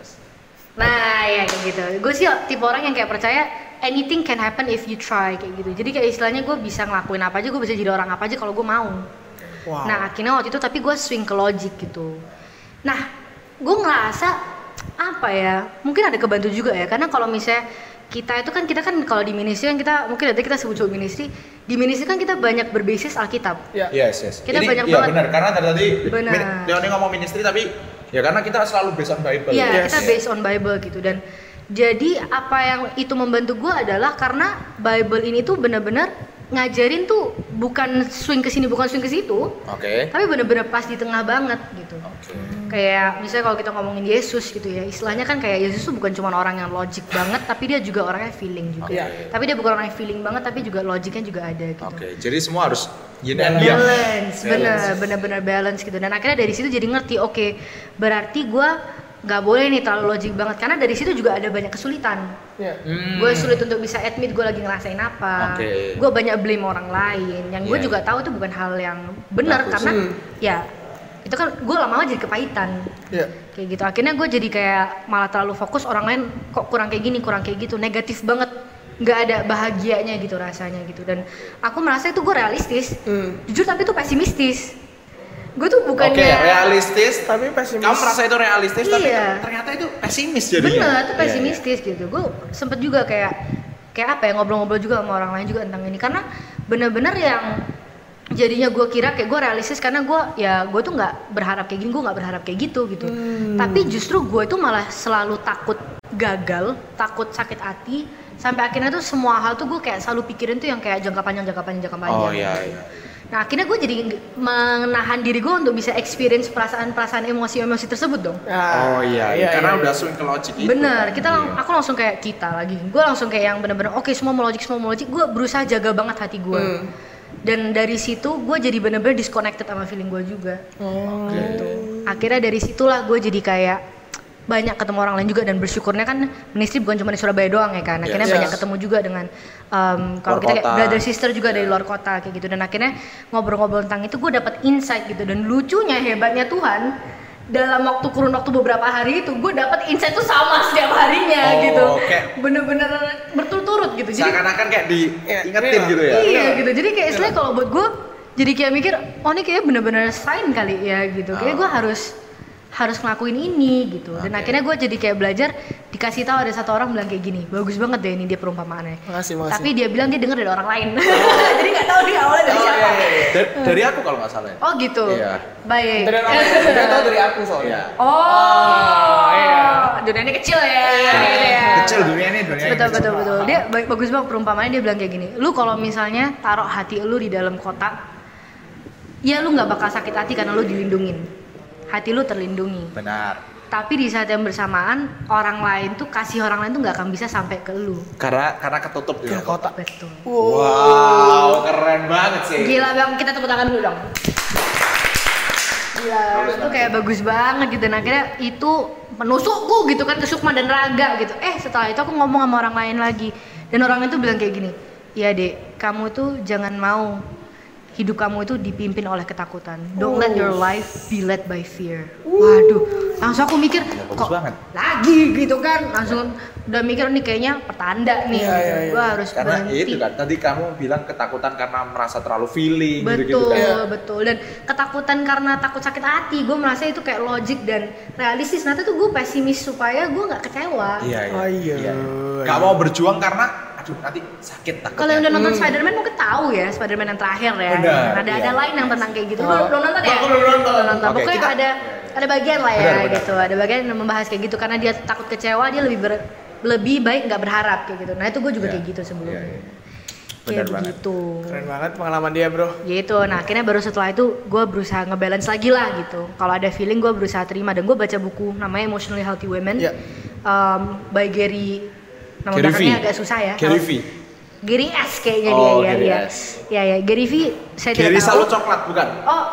Nah ya kayak gitu. Gue sih tipe orang yang kayak percaya anything can happen if you try kayak gitu. Jadi kayak istilahnya gue bisa ngelakuin apa aja, gue bisa jadi orang apa aja kalau gue mau. Wow. Nah akhirnya waktu itu tapi gue swing ke logic gitu. Nah gue ngerasa apa ya, mungkin ada kebantu juga ya, karena kalau misalnya kita kan kalau di ministry kan kita mungkin nanti kita sebut ministry, di ministry kan kita banyak berbasis Alkitab. Ya. Yes. Kita banyak iya, banget. Benar, karena tadi Benar. Leoni ngomong ministry tapi ya karena kita selalu based on Bible. Iya, Yes. kita based on Bible gitu. Dan jadi apa yang itu membantu gue adalah karena Bible ini tuh benar-benar ngajarin tuh bukan swing ke sini, bukan swing ke situ. Oke. Tapi benar-benar pas di tengah banget gitu. Oke. Kayak misalnya kalau kita ngomongin Yesus gitu ya, istilahnya kan kayak Yesus tuh bukan cuma orang yang logic banget, tapi dia juga orangnya feeling juga. Oke. Tapi dia bukan orang yang feeling banget, tapi juga logiknya juga ada gitu. Oke, jadi semua harus yin and yang. Balance, benar-benar balance gitu. Dan akhirnya dari situ jadi ngerti, oke, berarti gue nggak boleh nih terlalu logik banget, karena dari situ juga ada banyak kesulitan. Ya. Gue sulit untuk bisa admit gue lagi ngerasain apa. Oke. Gue banyak blame orang lain, yang gue Iya. juga tahu itu bukan hal yang benar Bagus. karena ya itu kan gue lama-lama jadi kepahitan. Ya. Kayak gitu. Akhirnya gue jadi kayak malah terlalu fokus orang lain kok kurang kayak gini, kurang kayak gitu, negatif banget. Nggak ada bahagianya gitu rasanya gitu. Dan aku merasa itu gue realistis. Jujur tapi itu pesimistis. Gue tuh bukannya Oke, realistis. Tapi pesimis. Kamu merasa itu realistis tapi Iya. ternyata itu pesimis jadinya. bener, itu Iya, pesimistis gitu. Gue sempet juga kayak apa ya, ngobrol-ngobrol juga sama orang lain juga tentang ini, karena bener-bener yang jadinya gue kira kayak gue realistis karena gue tuh nggak berharap kayak gini, gue nggak berharap kayak gitu. Tapi justru gue tuh malah selalu takut gagal, takut sakit hati, sampai akhirnya tuh semua hal tuh gue kayak selalu pikirin tuh yang kayak jangka panjang. Oh iya. Nah akhirnya gue jadi menahan diri gue untuk bisa experience perasaan emosi tersebut dong. Oh iya, karena udah swing ke logic itu. Bener, Iya. aku langsung kayak gue langsung kayak yang bener-bener oke, semua mau logik, gue berusaha jaga banget hati gue. Dan dari situ gue jadi bener-bener disconnected sama feeling gue juga. Gitu. Akhirnya dari situlah gue jadi kayak banyak ketemu orang lain juga, dan bersyukurnya kan ministry bukan cuma di Surabaya doang ya kan. Akhirnya Yes. banyak ketemu juga dengan kalau Luar kita kayak kota. brother sister juga dari luar kota kayak gitu. Dan akhirnya ngobrol-ngobrol tentang itu gue dapet insight gitu. Dan lucunya, hebatnya Tuhan, dalam kurun waktu beberapa hari itu gue dapet insight tuh sama setiap harinya gitu. Kayak Bener-bener berturut-turut gitu. Jadi seakan-akan kayak diingetin Iya. gitu ya. iya gitu. Jadi kayak istilahnya kalau buat gue jadi kayak mikir, oh ini kayak bener-bener sign kali ya gitu. Kayak gue harus ngelakuin ini gitu. Dan akhirnya gue jadi kayak belajar, dikasih tahu ada satu orang bilang kayak gini, bagus banget deh ini dia perumpamaannya. Makasih. Tapi dia bilang dia denger dari orang lain. Jadi nggak tahu dia awalnya dari siapa. Dari aku kalau nggak salah ya. Oh gitu. Iya. Baik. Dari orang lain. Dia tahu dari aku soalnya. Iya. Oh, iya. Dunia ini kecil ya. Gitu ya. Kecil dunia ini Betul. Dia bagus banget perumpamaannya, dia bilang kayak gini. Lu kalau misalnya taruh hati lu di dalam kotak, ya lu nggak bakal sakit hati karena lu dilindungin. Hati lu terlindungi. Benar. Tapi di saat yang bersamaan, orang lain tuh kasih orang lain tuh nggak akan bisa sampai ke lu. Karena ketutup di dalam kotak. Betul. Wow, keren banget sih. Gila Bang, kita tepuk tangan dulu dong. Gila, itu kayak bagus banget gitu. Dan akhirnya itu menusukku gitu kan, ke sukma dan raga gitu. Setelah itu aku ngomong sama orang lain lagi. Dan orang itu bilang kayak gini, iya dek, kamu tuh jangan mau hidup kamu itu dipimpin oleh ketakutan. Don't let your life be led by fear. Waduh, langsung aku mikir, bagus banget. lagi gitu kan. Langsung udah mikir nih kayaknya pertanda nih. Gua harus Karena berhenti. itu kan tadi kamu bilang ketakutan karena merasa terlalu feeling Betul, gitu kan. betul. Dan ketakutan karena takut sakit hati, gue merasa itu kayak logik dan realistis. Nanti tuh gue pesimis supaya gue nggak kecewa. Iya. Oh, iya. Gak mau berjuang karena aduh nanti sakit takutnya. Kalau yang udah nonton Spider-Man mungkin tahu ya, Spider-Man yang terakhir ya. Benar, Ada iya. lain yang tentang kayak gitu. Lu belum nonton ya? Aku belum nonton. Belum nonton. Oke, Pokoknya kita- ada bagian lah ya Benar. gitu. Ada bagian yang membahas kayak gitu karena dia takut kecewa, dia lebih lebih baik nggak berharap kayak gitu. Nah itu gue juga Iya. kayak gitu sebelumnya. Iya, iya. Kayak Benar banget. begitu. Keren banget pengalaman dia, bro. Gitu. Nah akhirnya baru setelah itu gue berusaha ngebalance lagi lah gitu. Kalau ada feeling gue berusaha terima, dan gue baca buku namanya Emotionally Healthy Women Iya. by Gary. Nama Gary belakangnya V. agak susah ya. Gary V. Gary S kayaknya Oh, dia Gary ya. S. Ya Gary V saya Gary tidak tahu. Salut Coklat bukan? Oh,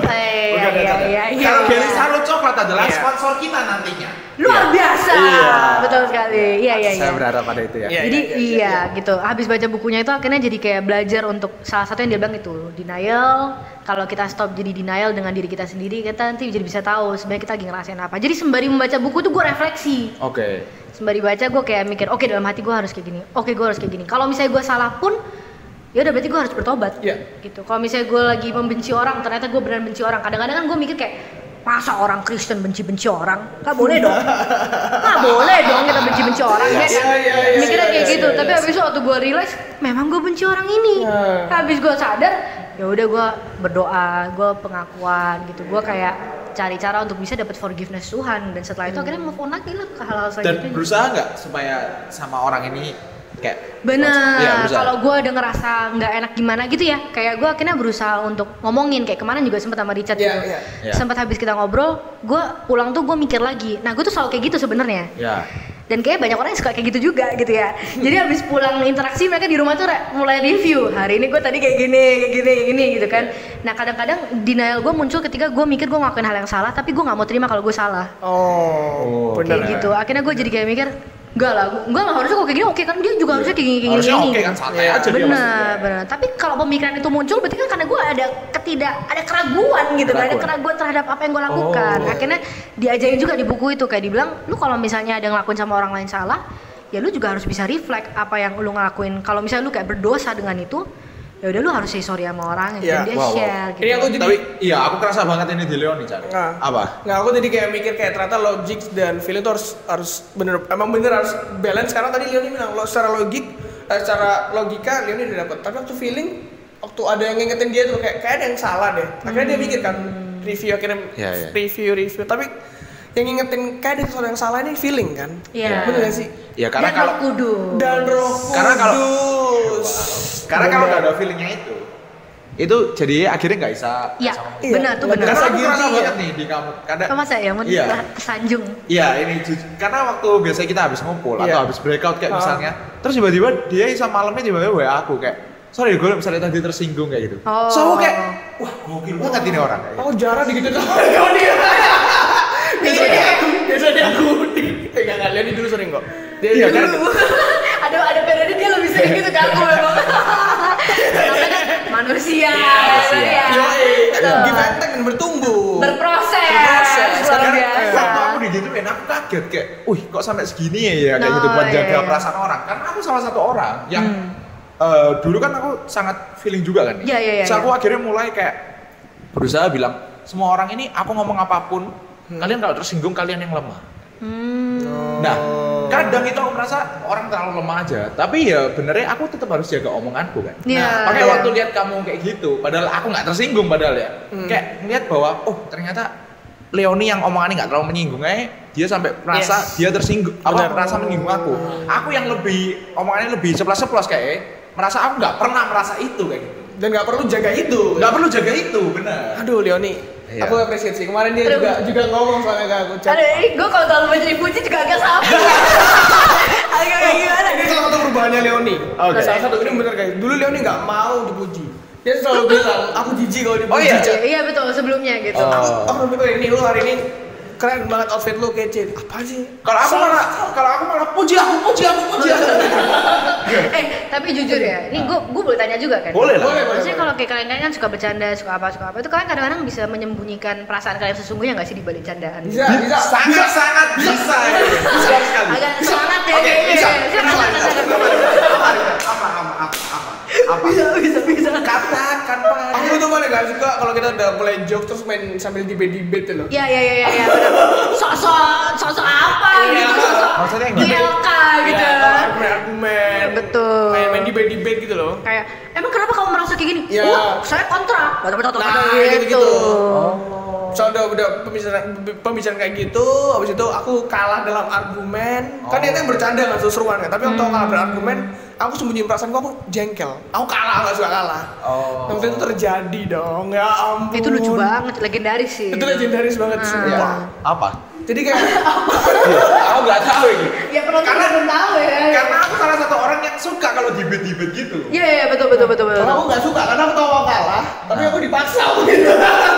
iya. Kalau Gary Salut Coklat adalah Iya. sponsor kita nantinya. Luar biasa. Iya. Betul sekali. Iya. Saya berharap pada itu ya. Iya. Jadi gitu. Habis baca bukunya itu akhirnya jadi kayak belajar untuk salah satu yang dia bilang itu denial. Kalau kita stop jadi denial dengan diri kita sendiri, kita nanti jadi bisa tahu sebenarnya kita lagi ngerasain apa. Jadi sembari membaca buku tuh gue refleksi. Oke. Sembari baca gue kayak mikir, oke dalam hati gue harus kayak gini. Oke gue harus kayak gini. Kalau misalnya gue salah pun, ya udah berarti gue harus bertobat. Iya. Gitu. Kalau misalnya gue lagi membenci orang, ternyata gue benar benci orang. Kadang-kadang kan gue mikir kayak, masa orang Kristen benci-benci orang? Gak boleh dong. Gak boleh dong kita benci-benci orang ya kan? Mikirnya kayak gitu. Tapi habis itu waktu gue realize, memang gue benci orang ini. Habis gue sadar, ya udah gue berdoa, gue pengakuan gitu. Gue kayak cari cara untuk bisa dapat forgiveness Tuhan, dan setelah itu akhirnya move on lagi lah ke hal-hal Dan selanjutnya. berusaha nggak supaya sama orang ini kayak Bener, Iya, berusaha. kalau gue udah ngerasa nggak enak gimana gitu ya, kayak gue akhirnya berusaha untuk ngomongin. Kayak kemarin juga sempat sama Richard Iya, gitu, iya. Iya. sempat habis kita ngobrol, gue pulang tuh gue mikir lagi. Nah gue tuh selalu kayak gitu sebenarnya. ya. Dan kayak banyak orang yang suka kayak gitu juga gitu ya. Jadi habis pulang interaksi mereka di rumah tuh mulai review. Hari ini gue tadi kayak gini gitu kan. Nah kadang-kadang denial gue muncul ketika gue mikir gue ngelakuin hal yang salah, tapi gue nggak mau terima kalau gue salah. Oh, bener. Kayak gitu. Akhirnya gue jadi kayak mikir, enggak lah, gue nggak harusnya kok kayak gini. Oke kan dia juga harusnya kayak gini. Harusnya oke kan, santai Iya, aja dia maksudnya. Benar. Tapi kalau pemikiran itu muncul, berarti kan karena gue ada keraguan gitu, kan? Ada keraguan terhadap apa yang gue lakukan. Akhirnya diajarin juga di buku itu, kayak dibilang, lu kalau misalnya ada ngelakuin sama orang lain salah, ya lu juga harus bisa reflect apa yang lu ngelakuin. Kalau misalnya lu kayak berdosa dengan itu, ya udah lu harus say sorry sama orang, Iya. dan dia Wow. share. Ini aku jadi Tapi iya aku kerasa banget ini di Leon nih, Chan. Nah. Apa? Nggak, aku jadi kayak mikir kayak ternyata logik dan feeling itu harus bener harus balance. Karena tadi Leoni bilang lo secara secara logika Leoni udah dapet. Tapi waktu feeling, waktu ada yang ngingetin dia tuh kayak ada yang salah deh. Akhirnya dia mikir kan review akhirnya Iya, iya. review. Tapi yang ngingetin kayak ada sesuatu yang salah ini feeling kan? Iya. Bener gak sih? Ya karena Dan kalau Roh Kudus. Dan Roh Karena kalau- Kudus. karena kalau nggak ada feelingnya itu jadi akhirnya nggak bisa. Iya, Iya. benar tuh benar. Karena aku Guilty kerasa ya. banget nih di kamu. Kadang Sama saya mau Iya. kesanjung. Iya ini karena waktu biasanya kita habis ngumpul Iya. atau habis breakout kayak misalnya, terus tiba-tiba dia bisa malamnya tiba-tiba WA aku kayak, sorry gue misalnya tadi tersinggung kayak gitu. Oh. So aku kayak, wah gokil banget ini orang kayak. Oh jarang digituin sama Leoni. Biasanya aku nggak Leoni dulu sering kok. Iya kan? ada periode dia lebih sering gitu ke aku memang. Namanya kan manusia. manusia. Give and take dan bertumbuh. Berproses. Luar Karena biasa. waktu aku digituin aku kaget kayak, wih kok sampai segini ya kayak gitu buat iya, jaga iya. perasaan orang. Karena aku salah satu orang yang dulu kan aku sangat feeling juga kan. Iya, iya, iya, Terus aku iya. akhirnya mulai kayak berusaha bilang, semua orang ini aku ngomong apapun, kalian kalau tersinggung kalian yang lemah. Nah, kadang itu aku merasa orang terlalu lemah aja. Tapi ya benernya aku tetap harus jaga omonganku kan. Iya. Nah, makanya Iya. waktu lihat kamu kayak gitu, padahal aku nggak tersinggung padahal ya. Kayak ngeliat bahwa, oh ternyata Leoni yang omongannya nggak terlalu menyinggung, dia sampai merasa Yes. dia tersinggung, Benar. merasa menyinggung aku. Aku yang lebih omongannya lebih ceplos-ceplos kayak, merasa aku nggak pernah merasa itu kayak gitu. Dan nggak perlu jaga itu. Nggak perlu jaga itu, benar. Aduh Leoni, Iya. aku apresiasi. Kemarin dia juga ngomong soalnya ke aku. Chat. Ada ini gue kalau terlalu banyak dipuji juga agak salah. Agak kayak gimana? Ini salah satu perubahannya Leoni. Oke. Salah satu ini bener guys. Dulu Leoni nggak mau dipuji. Dia selalu bilang, aku jijik kalau dipuji. Oh, iya? Chat. Iya betul sebelumnya gitu. Aku bilang ini lu hari ini keren banget outfit lu kece. Apa sih? Kalau aku malah puji aku. Tapi jujur ya, ini gue boleh tanya juga kan? Boleh lah. Maksudnya kalau kayak kalian kan suka bercanda, suka apa, itu kalian kadang-kadang bisa menyembunyikan perasaan kalian sesungguhnya nggak sih di balik candaan? Bisa. Sangat bisa. Bisa sekali. Agak semangat ya Oke, kayaknya. bisa. Siapa? Apa? Bisa. Katakan Pak. Aku tuh paling gak suka kalau kita udah mulai joke terus main sambil debate tuh loh. Iya, benar. Sosok apa Iya. gitu, sosok Maksudnya yang gimana? ILK gitu. Iya, kalau argumen. Betul. Main debate gitu loh. Kayak, emang kenapa kamu merasa kayak gini? Iya. Oh, saya kontra. Nah, gitu-gitu. Soalnya udah pembicaraan kayak gitu, habis itu aku kalah dalam argumen. Kan itu yang bercanda kan seru-seruan kan. Tapi waktu aku kalah berargumen, aku sembunyiin perasaanku, aku jengkel. Aku kalah, enggak suka kalah. Waktu itu terjadi dong. Ya ampun. Itu lucu banget, legendaris sih. Itu legendaris banget sih. Apa? Jadi kayak Aku nggak tahu ini. Ya penonton belum tahu ya. Karena aku salah satu orang yang suka kalau dibet-dibet gitu. Iya, betul. karena aku nggak suka, karena aku tahu aku kalah, tapi aku dipaksa gitu.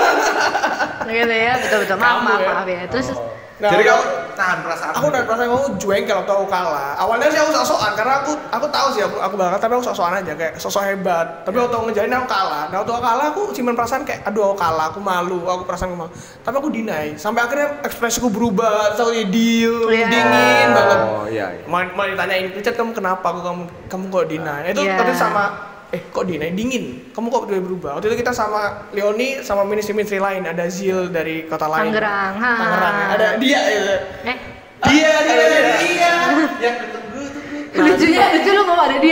Gitu ya, betul. Maaf ya. Terus Nah, jadi kamu tahan perasaan. aku udah perasaan kamu jengkel waktu aku kalah. Awalnya sih aku sok-sokan karena aku tahu sih aku bakal, tapi aku sok-sokan aja kayak sosok hebat. Tapi waktu aku ngejalin aku kalah. Nah, waktu aku kalah aku simpen perasaan kayak aduh aku kalah, aku malu, aku perasaan malu. Tapi aku deny. Sampai akhirnya ekspresiku berubah, terus aku dingin banget. Oh iya. Mau ditanyain, Richard kamu kenapa? Kamu kok deny? Itu tadi sama kok deny dingin? Kamu kok udah berubah? Waktu itu kita sama Leoni sama ministry lain, ada Zil dari kota lain. Tangerang. Ada dia ya. Dia. Yang ketemu tuh. Lucu lu mau ada dia.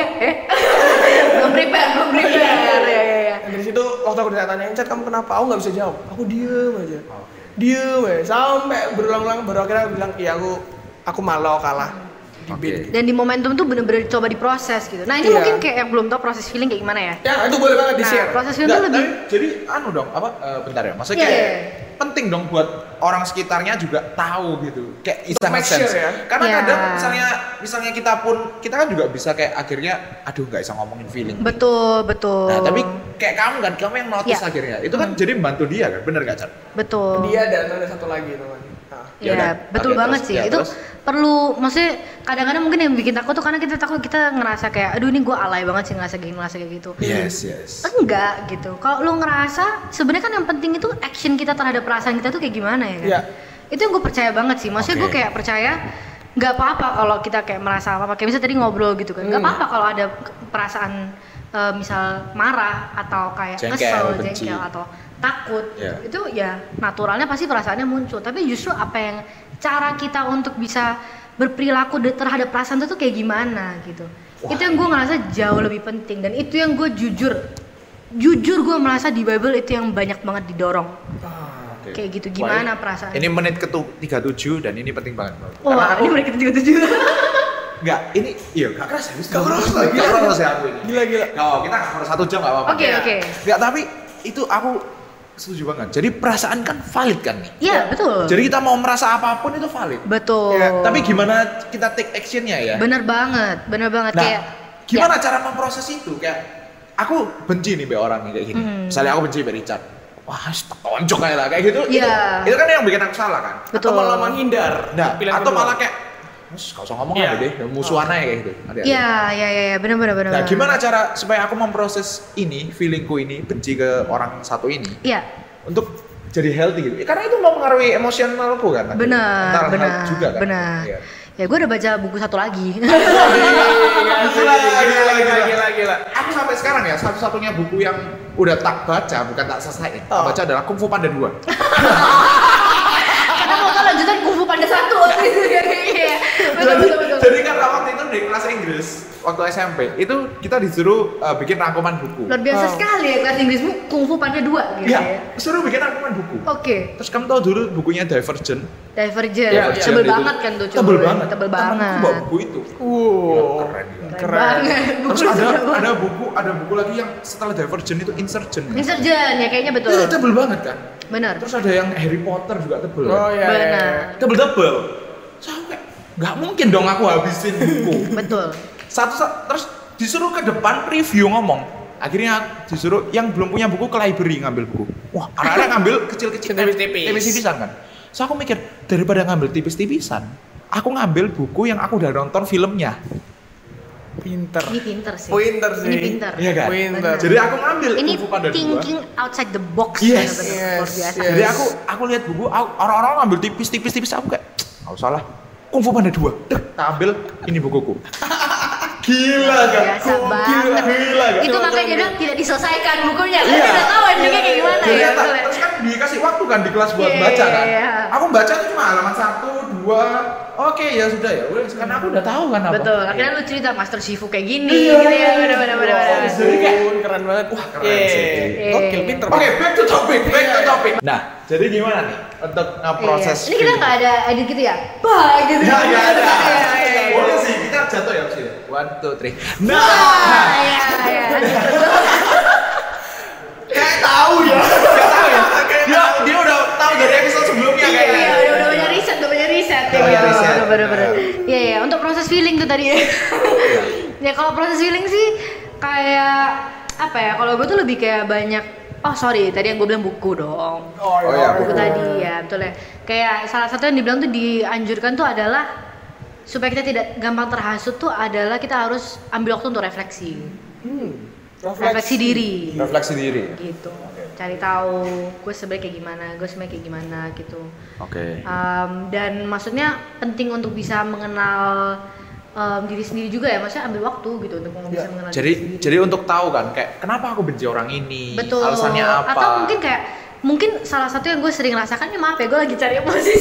Belum prepare. Ya. Dari situ waktu aku ditanya-tanyain, Chat kamu kenapa? Aku nggak bisa jawab. Aku diem aja. Diem aja. Sampai berulang-ulang baru akhirnya aku bilang, iya aku malu kalah. Dan di momentum tuh bener-bener coba diproses gitu. Nah ini mungkin kayak yang belum tahu proses feeling kayak gimana ya. Ya itu boleh banget di-share. Proses feeling tuh lebih. Jadi dong, bentar ya. Maksudnya kayak penting dong buat orang sekitarnya juga tahu gitu. Kayak bisa make sense. Ya? Karena kadang misalnya kita kan juga bisa kayak akhirnya aduh nggak bisa ngomongin feeling. Betul. Nah, tapi kayak kamu yang notice akhirnya. Itu kan jadi membantu dia kan, bener gak, Chan? Betul. Dia dan ada satu lagi teman. Betul banget sih. Itu perlu, maksudnya kadang-kadang mungkin yang bikin takut tuh karena kita takut kita ngerasa kayak aduh ini gue alay banget sih ngerasa kayak gitu. Yes. Enggak gitu. Kalau lu ngerasa sebenarnya kan yang penting itu action kita terhadap perasaan kita tuh kayak gimana ya kan? Itu yang gue percaya banget sih. Maksudnya gue kayak percaya nggak apa-apa kalau kita kayak merasa apa-apa. Kayak misalnya tadi ngobrol gitu kan. Nggak apa-apa kalau ada perasaan misal marah atau kayak kesel, jengkel atau takut. Itu ya naturalnya pasti perasaannya muncul. Tapi justru apa yang cara kita untuk bisa berperilaku terhadap perasaan itu tuh kayak gimana gitu. Itu yang gue ngerasa jauh lebih penting dan itu yang gue jujur gue merasa di Bible itu yang banyak banget didorong. Kayak gitu gimana perasaan. Ini menit ke-37 dan ini penting banget. Wah, ini menit ke-37. Enggak, ini gak keras lagi. Gak keras ya aku ini. Gila. Kalau kita per 1 jam gak apa-apa. Oke. Enggak, tapi itu aku setuju banget. Jadi perasaan kan valid kan nih? Iya, betul. Jadi kita mau merasa apapun itu valid. Betul. Tapi gimana kita take actionnya ya? Bener banget. Nah, kayak gimana cara memproses itu? Kayak aku benci nih be orang nih kayak gini. Misalnya aku benci be Richard. Wah, tonjok kayak gitu. Itu kan yang bikin aku salah kan? Betul. Atau malah menghindar. Nah, atau malah kayak gak usah ngomong aja deh, musuhan aja kayak gitu. Iya, benar. Nah, gimana cara supaya aku memproses ini, feelingku ini, benci ke orang satu ini? Iya. Untuk jadi healthy gitu. Karena itu mempengaruhi emosionalku kan. Benar. Juga kan. Benar. Iya. Ya gue udah baca buku satu lagi. Gila. Aku sampai sekarang ya, satu-satunya buku yang udah tak baca, bukan tak selesai. Tak baca adalah Kung Fu Panda 2. Karena mau lanjutan Kung Fu Panda 1 gitu ya. Betul. Jadi kan waktu itu di kelas Inggris, waktu SMP, itu kita disuruh bikin rangkuman buku. Luar biasa sekali ya kelas Inggrismu Kung Fu Panda 2 gitu ya. Suruh bikin rangkuman buku. Oke. Terus kamu tahu dulu bukunya Divergent? Tebel banget kan tuh coba. Tebel banget. Aku bawa buku itu. Keren. Terus ada buku lagi yang setelah Divergent itu Insurgent. Insurgent ya kayaknya betul. Itu tebel banget kan? Benar. Terus ada yang Harry Potter juga tebel. Oh iya. Benar. Tebel. Sampai nggak mungkin dong aku habisin buku. Betul. Terus disuruh ke depan review ngomong. Akhirnya disuruh yang belum punya buku ke library ngambil buku. Wah, anak-anak ngambil kecil-kecil tipis-tipisan kan. So aku mikir daripada ngambil tipis-tipisan, aku ngambil buku yang aku udah nonton filmnya. Pinter sih. Ini pinter. Iya kan? Pinter. Jadi aku ngambil ini Kung Fu Panda 2. thinking outside the box. Yes. Luar biasa. Jadi aku lihat buku orang-orang ngambil tipis aku kayak enggak usah lah. Kung Fu Panda 2. Tak ambil ini bukuku. Gila kan? Biasa banget. Gila kan? Itu makanya dia bilang tidak diselesaikan bukunya. Kan udah tahu endingnya kayak gimana ya. Terus kan dikasih waktu kan di kelas buat baca kan. Aku baca tuh cuma halaman 1, 2, gua oke ya sudah ya udah karena aku udah tahu kan apa. Betul, akhirnya lu cerita Master Shifu kayak gini gitu ya, bener. Jadi kayak keren banget. Wah, keren sih. Gokil, pinter. Oke, back to topic. Nah, jadi gimana nih untuk ngeproses Ini kita nggak ada edit gitu ya? Bah gitu. Ya, nggak ada. Iya. Boleh sih, kita jatuh ya sih. 1, 2, 3. Nah, Iya. kayak tahu ya. Dia udah tahu dari episode sebelumnya kayaknya. Iya, udah banyak riset. Bener. Iya, untuk proses feeling tuh tadi ya. Ya kalau proses feeling sih kayak apa ya? Kalau gue tuh lebih kayak banyak. Oh sorry, tadi yang gue bilang buku dong. Oh iya, Buku tadi ya, betul ya. Kayak salah satu yang dibilang tuh dianjurkan tuh adalah supaya kita tidak gampang terhasut tuh adalah kita harus ambil waktu untuk refleksi. Refleksi diri. Refleksi diri. Gitu. Cari tahu gue sebenarnya kayak gimana gitu. Oke. Dan maksudnya penting untuk bisa mengenal diri sendiri juga ya, maksudnya ambil waktu gitu untuk bisa mengenal diri sendiri. Jadi untuk tahu kan kayak kenapa aku benci orang ini, betul. Alasannya apa? Atau mungkin salah satu yang gue sering rasakan, ya maaf ya gue lagi cari posisi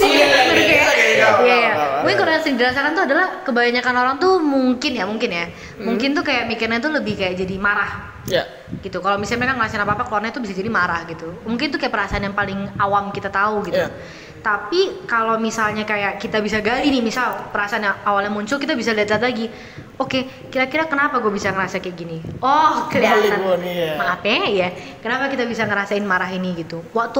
Mungkin kalau yang sering dirasakan tuh adalah kebanyakan orang tuh mungkin tuh kayak mikirnya tuh lebih kayak jadi marah. Gitu. Kalau misalnya mereka ngelasin apa-apa keluarnya tuh bisa jadi marah gitu. Mungkin tuh kayak perasaan yang paling awam kita tahu gitu. Tapi kalau misalnya kayak kita bisa gali nih, misal perasaan yang awalnya muncul, kita bisa lihat lagi. Oke, kira-kira kenapa gue bisa ngerasa kayak gini? Oh, kelihatan. Maaf ya. Kenapa kita bisa ngerasain marah ini gitu? Waktu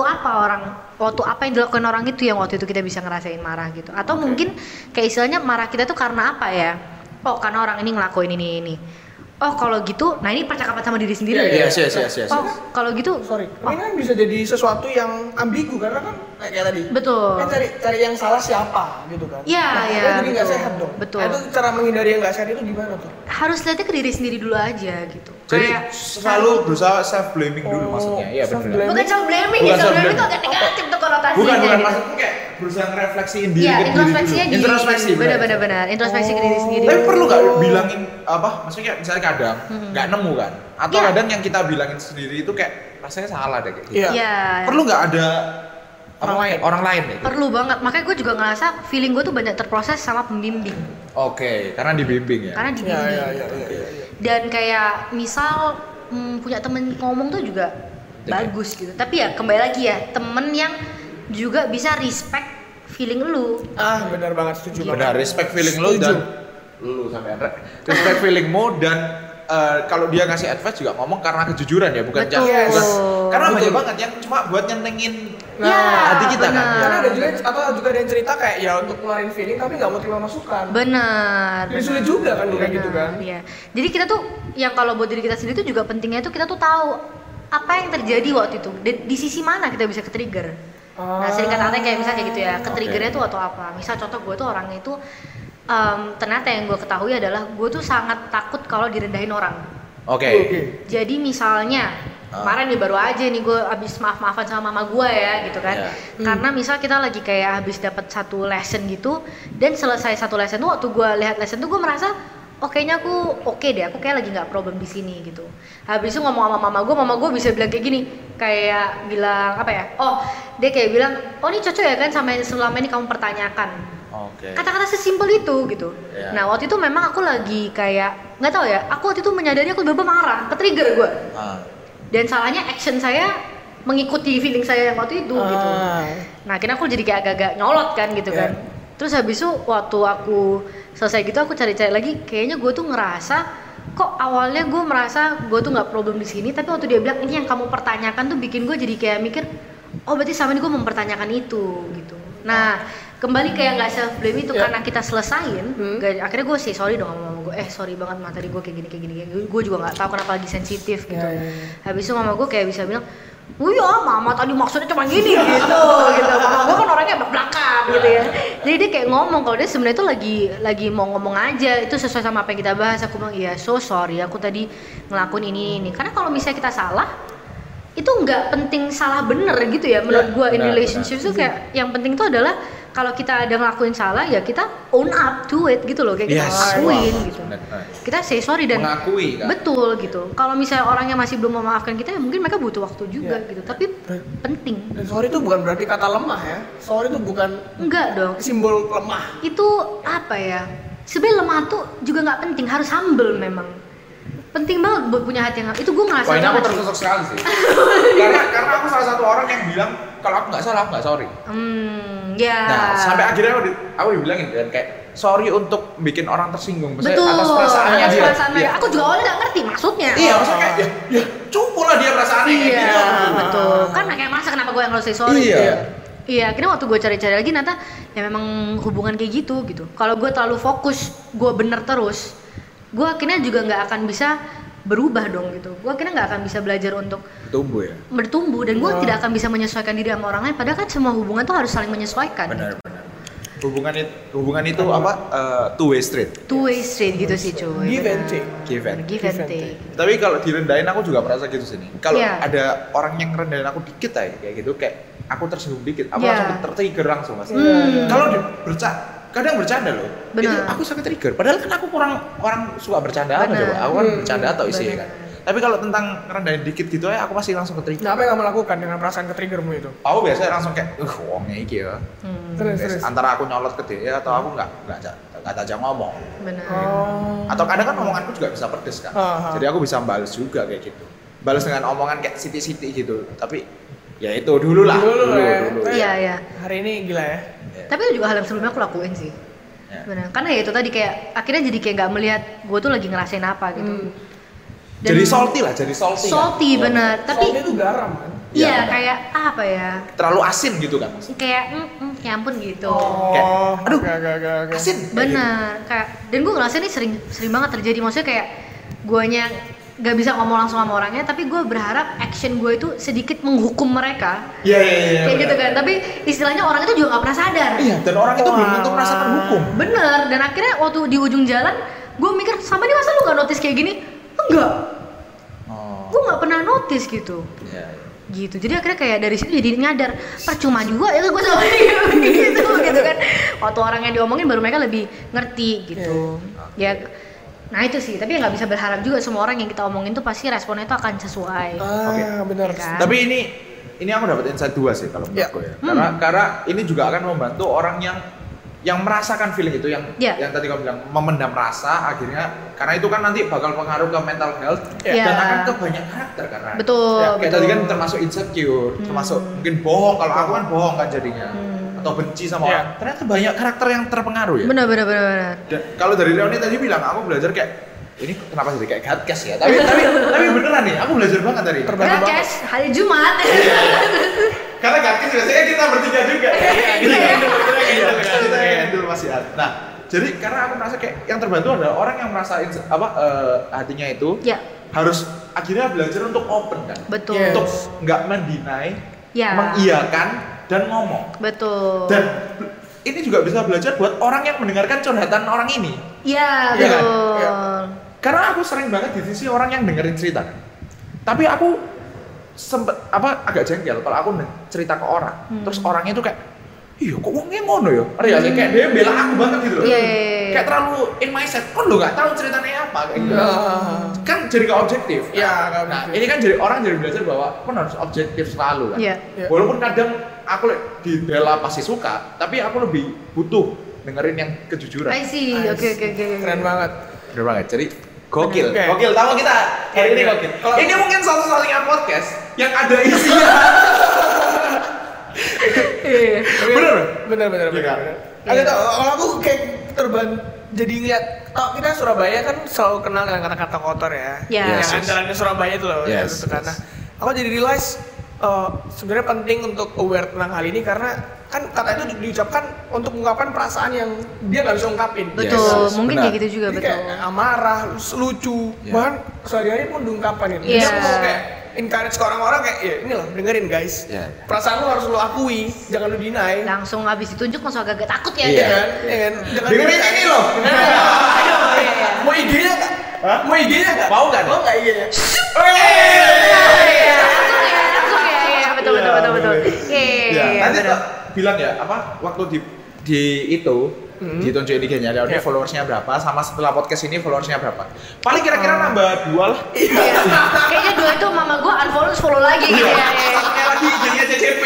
apa yang dilakukan orang itu yang waktu itu kita bisa ngerasain marah gitu? Atau mungkin kayak istilahnya marah kita tuh karena apa ya? Oh, karena orang ini ngelakuin ini. Oh kalau gitu, nah ini percakapan sama diri sendiri ya? Iya. Oh kalau gitu, ini kan bisa jadi sesuatu yang ambigu karena kan kayak tadi. Betul. Kan cari yang salah siapa gitu kan. Iya. Jadi nggak sehat dong. Betul. Nah, itu cara menghindari yang nggak sehat itu gimana tuh? Harus lihatnya ke diri sendiri dulu aja gitu. Jadi selalu berusaha self blaming dulu maksudnya. Iya benar. Bukan self blaming ya, self blaming itu agak negatif tuh konotasinya. Bukan maksudnya kayak berusaha ngerefleksiin diri ke diri. Introspeksinya diri. Introspeksi. Benar. Introspeksi ke diri sendiri. Tapi perlu nggak bilangin apa? Maksudnya misalnya kadang nggak nemu kan? Atau kadang yang kita bilangin sendiri itu kayak rasanya salah deh kayak gitu. Iya. Perlu nggak ada orang lain ya? Perlu banget. Makanya gue juga ngerasa feeling gue tuh banyak terproses sama pembimbing. Oke, karena dibimbing ya. Karena dibimbing. Iya. Dan kayak misal punya temen ngomong tuh juga bagus gitu. Tapi ya kembali lagi ya, temen yang juga bisa respect feeling lu. Benar banget, setuju banget. Benar, respect feeling lu dan lu sampai respect feelingmu dan kalau dia ngasih advice juga ngomong karena kejujuran ya, bukan karena banyak banget yang cuma buat nyenengin hati kita kan. Karena ada juga ada yang cerita kayak ya untuk ngeluarin feeling tapi nggak mau terima masukan. Benar. Jadi sulit juga kan kayak gitu kan. Iya. Jadi kita tuh yang kalau buat diri kita sendiri tuh juga pentingnya tuh kita tuh tahu apa yang terjadi waktu itu. Di sisi mana kita bisa ke-trigger. Nah, sering kata-kata kayak misalnya kayak gitu ya, ke-triggernya tuh atau apa. Misal contoh gue tuh orangnya itu ternyata yang gue ketahui adalah gue tuh sangat takut kalau direndahin orang. Oke. Jadi misalnya kemarin nih baru aja nih gue abis maaf-maafan sama mama gue ya gitu kan. Karena misal kita lagi kayak habis dapat satu lesson gitu dan selesai satu lesson tuh waktu gue lihat lesson tuh gue merasa kayaknya aku oke deh, aku kayak lagi nggak problem di sini gitu. Habis itu ngomong sama mama gue bisa bilang kayak gini, kayak bilang apa ya? Dia kayak bilang, ini cocok ya kan sama yang selama ini kamu pertanyakan. Kata-kata sesimpel itu gitu. Nah waktu itu memang aku lagi kayak nggak tahu ya, aku waktu itu menyadari aku tiba-tiba marah, ke-trigger gue. Dan salahnya action saya mengikuti feeling saya yang waktu itu gitu. Nah akhirnya aku jadi kayak agak-agak nyolot kan gitu kan. Terus habis itu waktu aku selesai gitu aku cari-cari lagi, kayaknya gue tuh ngerasa kok awalnya gue merasa gue tuh nggak problem di sini, tapi waktu dia bilang ini yang kamu pertanyakan tuh bikin gue jadi kayak mikir, berarti sama ini gue mempertanyakan itu gitu. Nah kembali kayak nggak self blame itu karena kita selesain, akhirnya gue sih sorry dong sama mama gue, sorry banget mah tadi gue kayak gini, gue juga nggak tahu kenapa lagi sensitif gitu. Habis itu mama gue kayak bisa bilang, mama tadi maksudnya cuma gini gitu. Mama gue kan orangnya belak-belakan gitu ya. Jadi dia kayak ngomong kalau dia sebenarnya tuh lagi mau ngomong aja, itu sesuai sama apa yang kita bahas. Aku bilang iya, so sorry aku tadi ngelakuin ini. Karena kalau misalnya kita salah, itu nggak penting salah bener gitu ya. Menurut gue in relationship tuh kayak yang penting tuh adalah kalau kita ada ngelakuin salah ya kita own up to it gitu loh, kayak kita akuin gitu. Kita say sorry dan mengakui kan. Betul gitu. Kalau misalnya orangnya masih belum memaafkan kita ya mungkin mereka butuh waktu juga gitu. Tapi penting. Dan sorry itu bukan berarti kata lemah ya. Sorry itu bukan Enggak dong. simbol lemah. Itu apa ya? Sebenarnya lemah tuh juga nggak penting, harus humble memang. Penting banget buat punya hati yang itu gue ngerasa. Wah, ini aku tertusuk sekali sih. karena aku salah satu orang yang bilang kalau aku nggak salah aku nggak sorry. Ya. Nah, sampai akhirnya aku dibilangin kan kayak sorry untuk bikin orang tersinggung. Maksudnya Betul. atas perasaannya Atas dia. perasaan mereka. Aku juga awalnya nggak ngerti maksudnya. Iya, maksudnya kayak ya cukup lah dia perasaannya kayak Iya, gitu. betul. Kan kayak masa kenapa gue yang harus say sorry? Iya. Iya, akhirnya waktu gue cari-cari lagi ternyata ya memang hubungan kayak gitu. Kalau gue terlalu fokus, gue bener terus, gue akhirnya juga nggak akan bisa berubah dong gitu. Gue akhirnya nggak akan bisa belajar untuk bertumbuh dan gue tidak akan bisa menyesuaikan diri sama orang lain. Padahal kan semua hubungan tuh harus saling menyesuaikan. Benar. Hubungan itu apa? Two way street. Two way street gitu sih cuy. Give and take. Give and take. Tapi kalau direndahin aku juga merasa gitu sini. Kalau Iya. ada orang yang rendahin aku dikit aja kayak gitu, kayak aku tersinggung dikit, aku Iya. langsung tertrigger langsung mas. Kalau kadang bercanda loh, Benar. itu aku sangat trigger. Padahal kan aku kurang orang suka bercanda apa Benar. coba? Aku kan bercanda atau isi Benar. kan. Tapi kalau tentang rendahin dikit gitu ya, aku pasti langsung ke-trigger. Nah, apa yang kamu lakukan dengan perasaan ke-triggermu itu? Aku biasanya langsung kayak, wongnya iki ya. Terus. Antara aku nyolot ke dia atau aku nggak tajam ngomong. Benar. Atau kadang kan omonganku juga bisa pedes kan. Jadi aku bisa balas juga kayak gitu. Balas dengan omongan kayak siti-siti gitu. Tapi ya itu dulu lah. Dulu. Iya. Hari ini gila ya. Tapi itu juga hal yang sebelumnya aku lakuin sih. Ya. Benar. Karena ya itu tadi kayak akhirnya jadi kayak nggak melihat gue tuh lagi ngerasain apa gitu. Dan Jadi salty lah, jadi salty. salty kan? bener. Tapi Soalnya itu garam kan. iya Iya, kayak apa ya? Terlalu asin gitu kan. Kayak ya ampun gitu. Kayak, aduh, Oke. asin. Bener. Kayak dan gue ngerasa ini sering banget terjadi. Maksudnya kayak guanya gak bisa ngomong langsung sama orangnya, tapi gue berharap action gue itu sedikit menghukum mereka. Iya. Kayak gitu kan. Tapi istilahnya orang itu juga gak pernah sadar. Iya, dan orang itu belum tentu merasa terhukum. Bener. Dan akhirnya waktu di ujung jalan, gue mikir sampai nih masa lu gak notice kayak gini? Enggak. Gue gak pernah notice gitu. Iya. Gitu. Jadi akhirnya kayak dari situ jadi nyadar percuma juga ya gue sama dia gitu kan. Waktu orang yang diomongin baru mereka lebih ngerti gitu. Ya. Nah itu sih, tapi nggak bisa berharap juga semua orang yang kita omongin tuh pasti responnya itu akan sesuai. Benar. Ya kan? Tapi ini aku dapat insight 2 sih kalau menurutku ya. Karena ini juga akan membantu orang yang merasakan feeling itu yang tadi kamu bilang memendam rasa akhirnya karena itu kan nanti bakal pengaruh ke mental health dan akan ke banyak karakter karena kayak tadi kan termasuk insecure, termasuk mungkin bohong kalau aku kan bohong kan jadinya atau benci sama orang. Ternyata banyak karakter yang terpengaruh ya. Benar. Dan kalau dari Leoni tadi bilang aku belajar kayak ini kenapa jadi kayak Godcast ya? Tapi beneran nih, aku belajar banget tadi. Karena cash hari Jumat. Karena Godcast biasanya kita bertiga juga. Kita handle masih ada. Nah, jadi karena aku merasa kayak yang terbantu adalah orang yang merasa hatinya itu harus akhirnya belajar untuk open kan. Betul. Untuk nggak mendinai, mengiyakan dan ngomong. Betul. Dan ini juga bisa belajar buat orang yang mendengarkan curhatan orang ini. Iya, Iya kan? betul. Karena aku sering banget di sisi orang yang dengerin cerita. Tapi aku sempet agak jengkel kalau aku cerita ke orang. Terus orangnya itu kayak, iya kok wongnya ngono ya? Kayak dia bela aku banget gitu loh. Iya. Kayak terlalu in mindset. Kok lo nggak tahu ceritanya apa kayak gitu. Kan jadi nggak objektif. Nah, ini kan jadi orang jadi belajar bahwa kan harus objektif selalu kan. Iya. Walaupun kadang aku dibela pasti suka, tapi aku lebih butuh dengerin yang kejujuran. I see. Oke. Keren banget. Bener banget. Jadi gokil. Oke. Gokil. Tahu kita hari ini gokil. Ini mungkin satu-satunya podcast yang ada isinya. Bener. Ada tau, kalau aku kayak jadi ngeliat, kita Surabaya kan selalu kenal dengan kata-kata kotor ya. Yes. Yang andalannya Surabaya itu loh. Yes. Itu karena aku jadi realize sebenarnya penting untuk aware tentang hal ini karena kan kata itu diucapkan untuk mengungkapkan perasaan yang dia nggak bisa ungkapin. Betul. Mungkin benar. kayak gitu juga Jadi betul. kayak amarah, lucu, bahkan sehari-hari pun diungkapkan ini. Iya. Jadi aku mau kayak encourage ke orang-orang kayak, ya ini loh dengerin guys. Iya. Perasaan lu harus lu akui, jangan lu deny. Langsung habis ditunjuk langsung agak takut ya Iya. gitu. Iya kan? Jangan Dengerin ini loh. Mau IG-nya nggak? Mau IG-nya nggak? Mau nggak? Mau nggak IG-nya? Betul. Ya, Iya. nanti bener. bilang ya waktu di di itu ditunjukin IG-nya Leoni followersnya berapa, sama setelah podcast ini followersnya berapa. Paling kira-kira nambah 2 lah. Iya. Kayaknya 2 itu mama gue unfollow lagi gitu ya. Kayak lagi IG-nya CCP.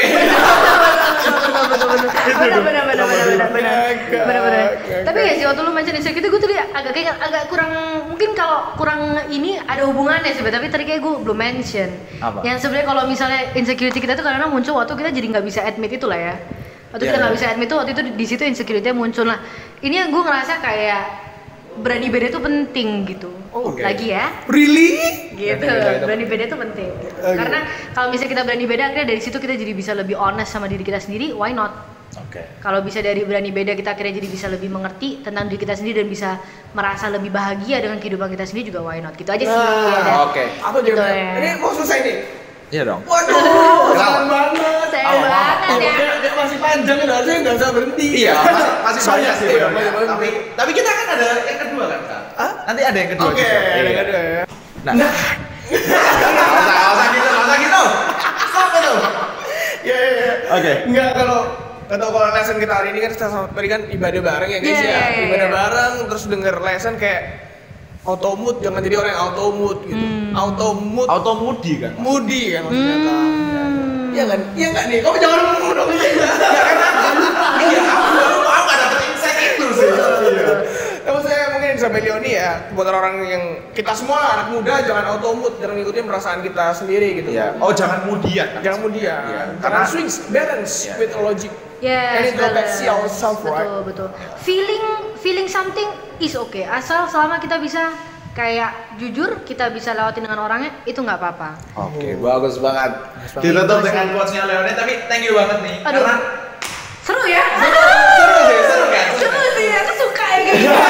Bener. Tapi ya sih waktu lu mention insecure itu gue tadi agak kurang, mungkin kalau kurang ini ada hubungannya sebenarnya, tapi tadi kayak gue belum mention. Apa? Yang sebenarnya kalau misalnya insecurity kita tuh kadang muncul waktu kita jadi nggak bisa admit itu lah ya. Waktu kita nggak bisa admit tuh, waktu itu di situ insecurity muncul lah. Ini yang gue ngerasa kayak berani beda itu penting gitu. Lagi ya. Really? Gitu. Berani beda itu penting. Karena kalau misalnya kita berani beda, akhirnya dari situ kita jadi bisa lebih honest sama diri kita sendiri. Why not? Kalau bisa dari berani beda kita akhirnya jadi bisa lebih mengerti tentang diri kita sendiri dan bisa merasa lebih bahagia dengan kehidupan kita sendiri juga, why not? Gitu aja sih. Apa Gitu juga? ya. Ini mau selesai nih. Iya dong. Waduh, sayang banget. Sayang banget ya. Dia masih panjang kan, harusnya nggak usah berhenti. Iya, masih banyak sih. Banyak. Tapi kita kan ada yang kedua kan, Kak? Nanti ada yang kedua. Oke, ada yang kedua ya. Nah. Nggak usah gitu. Stop itu. Ya. Oke. Enggak, kalau lesson kita hari ini kan tadi kan ibadah bareng ya guys ya. Ibadah bareng terus denger lesson kayak auto mood, jangan jadi orang yang auto mood gitu. Auto moody kan maksudnya. Iya kan? Iya enggak nih? Kamu jangan ngomong dong. Ya karena aku baru mau enggak dapet insight itu sih. Tapi saya mungkin sampai Leoni ya, buat orang yang kita semua anak muda jangan auto mood, jangan ngikutin perasaan kita sendiri gitu. Iya. Oh, jangan mudian. Jangan mudian. Iya. Karena swings balance with logic. Yes, Introspeksi ourselves, right? betul. Feeling something is okay, asal selama kita bisa kayak jujur, kita bisa lewatin dengan orangnya, itu nggak apa-apa. Oke, bagus banget. Ditutup dengan quotes-nya Leoni, tapi thank you banget nih. Aduh. Karena Seru ya? seru kan? Seru sih, aku suka ya kayak gitu.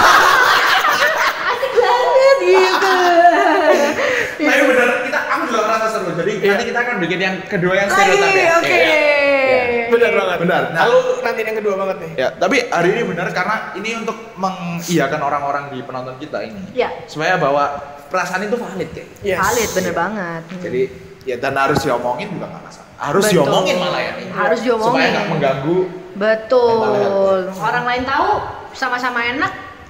Asik banget gitu. Tapi bener, aku juga merasa seru. Jadi nanti kita akan bikin yang kedua yang stereotip ya. Oke. Benar banget. Benar. Nah, Lalu nanti yang kedua banget nih. Ya, tapi hari ini benar karena ini untuk mengiyakan orang-orang di penonton kita ini. Iya. Supaya bahwa perasaan itu valid ya. Yes. Valid, bener banget. Jadi ya dan harus diomongin juga nggak masalah. Harus Betul. diomongin malah ya. Harus diomongin. Supaya nggak mengganggu. Betul. Orang lain tahu, sama-sama enak.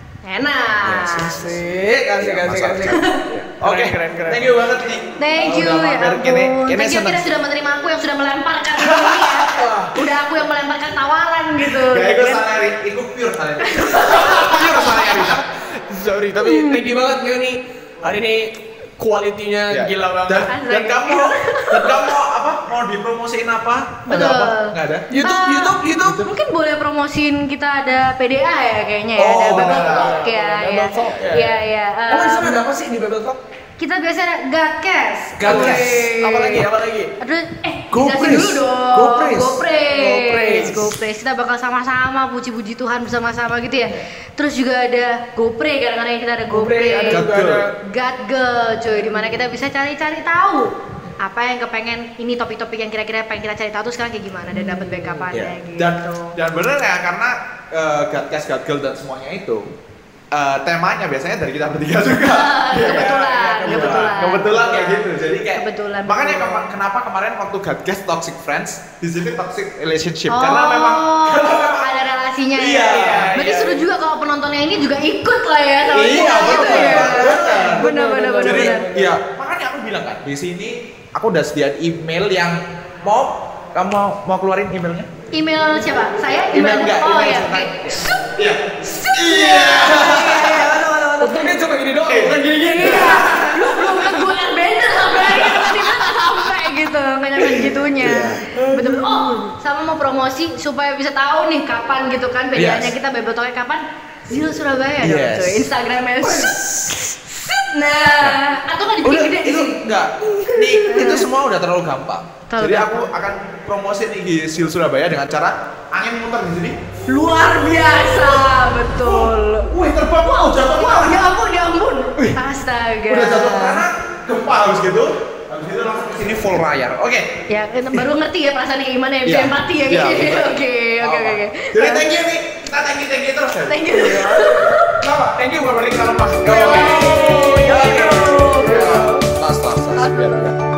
Asik. Oke, keren. Thank you banget nih. Thank you Udah ya mampir. ampun. Kini Thank you seneng. kita sudah menerima aku yang sudah melemparkan ini ya. Udah aku yang melemparkan tawaran gitu. Gak itu salah itu pure salah. Pure salah Rita. Sorry, tapi thank you banget Leoni. Hari ini kualitinya gila banget. Dan kamu apa mau dipromosiin apa? Betul. Ada apa? Nggak ada. YouTube. Mungkin boleh promosiin kita ada PDA ya kayaknya ya, Oh, ada benar. Bubble Talk ya. Bubble Talk, ya. Iya. Emang di sana ada apa sih di Bubble Talk? Kita biasa ada Godcast. Godcast. Apa lagi? Aduh, GoPraise. jelasin dulu dong. GoPraise. GoPraise. Kita bakal sama-sama puji-puji Tuhan bersama-sama gitu ya. Terus juga ada GoPray, kadang-kadang kita ada GoPray. Ada juga ada. God Girl, cuy, dimana kita bisa cari-cari tahu apa yang kepengen, ini topik-topik yang kira-kira pengen kita cari tahu tuh sekarang kayak gimana dan dapat backup-annya gitu. Dan bener ya karena Godcast, God Girl dan semuanya itu temanya biasanya dari kita bertiga juga. Kebetulan kayak gitu. Jadi kayak Kebetulan, makanya betul. kenapa kemarin waktu Godcast Toxic Friends di sini Toxic Relationship Oh, karena memang ada relasinya Iya, ya. Berarti iya. seru juga kalau penontonnya ini juga ikut lah ya sama Iya, kita gitu betul, ya. betul. Benar. Jadi iya, makanya aku bilang kan di sini aku udah sediain email yang kamu mau keluarin emailnya? Email siapa? Saya? Email enggak? Oh email iya. tentang- Oke. Iya. Iya. Untung dia cuma gini doang, bukan gini-gini. Lu belum ke gue airbender sampai tadi nggak sampai gitu, nggak nyampe gitunya. Betul-betul. Oh, sama mau promosi supaya bisa tahu nih kapan gitu kan bedanya Yes. kita Bebel Talknya kapan? Zil Surabaya dong Yes. cuy. Instagramnya. Nah, atau nggak dibikin gede di itu sini? enggak. Nih, itu semua udah terlalu gampang. Terlalu Jadi gampang. aku akan promosi nih di Sil Surabaya dengan cara angin muter di sini. Luar biasa, betul. Wih, terbang wow, jatuh Wow, wow. ya ampun. Wih, Astaga. Udah jatuh ke kanan, gempa habis gitu. Habis itu langsung ke sini full layar. Oke. Ya, baru ngerti ya perasaannya kayak gimana ya, bisa Iya. empati ya. Iya, Oke. betul. Oke. Jadi thank you nih. Kita thank you terus ya. Thank you. Kenapa? Thank you, berarti kita lepas. Tas. Biar.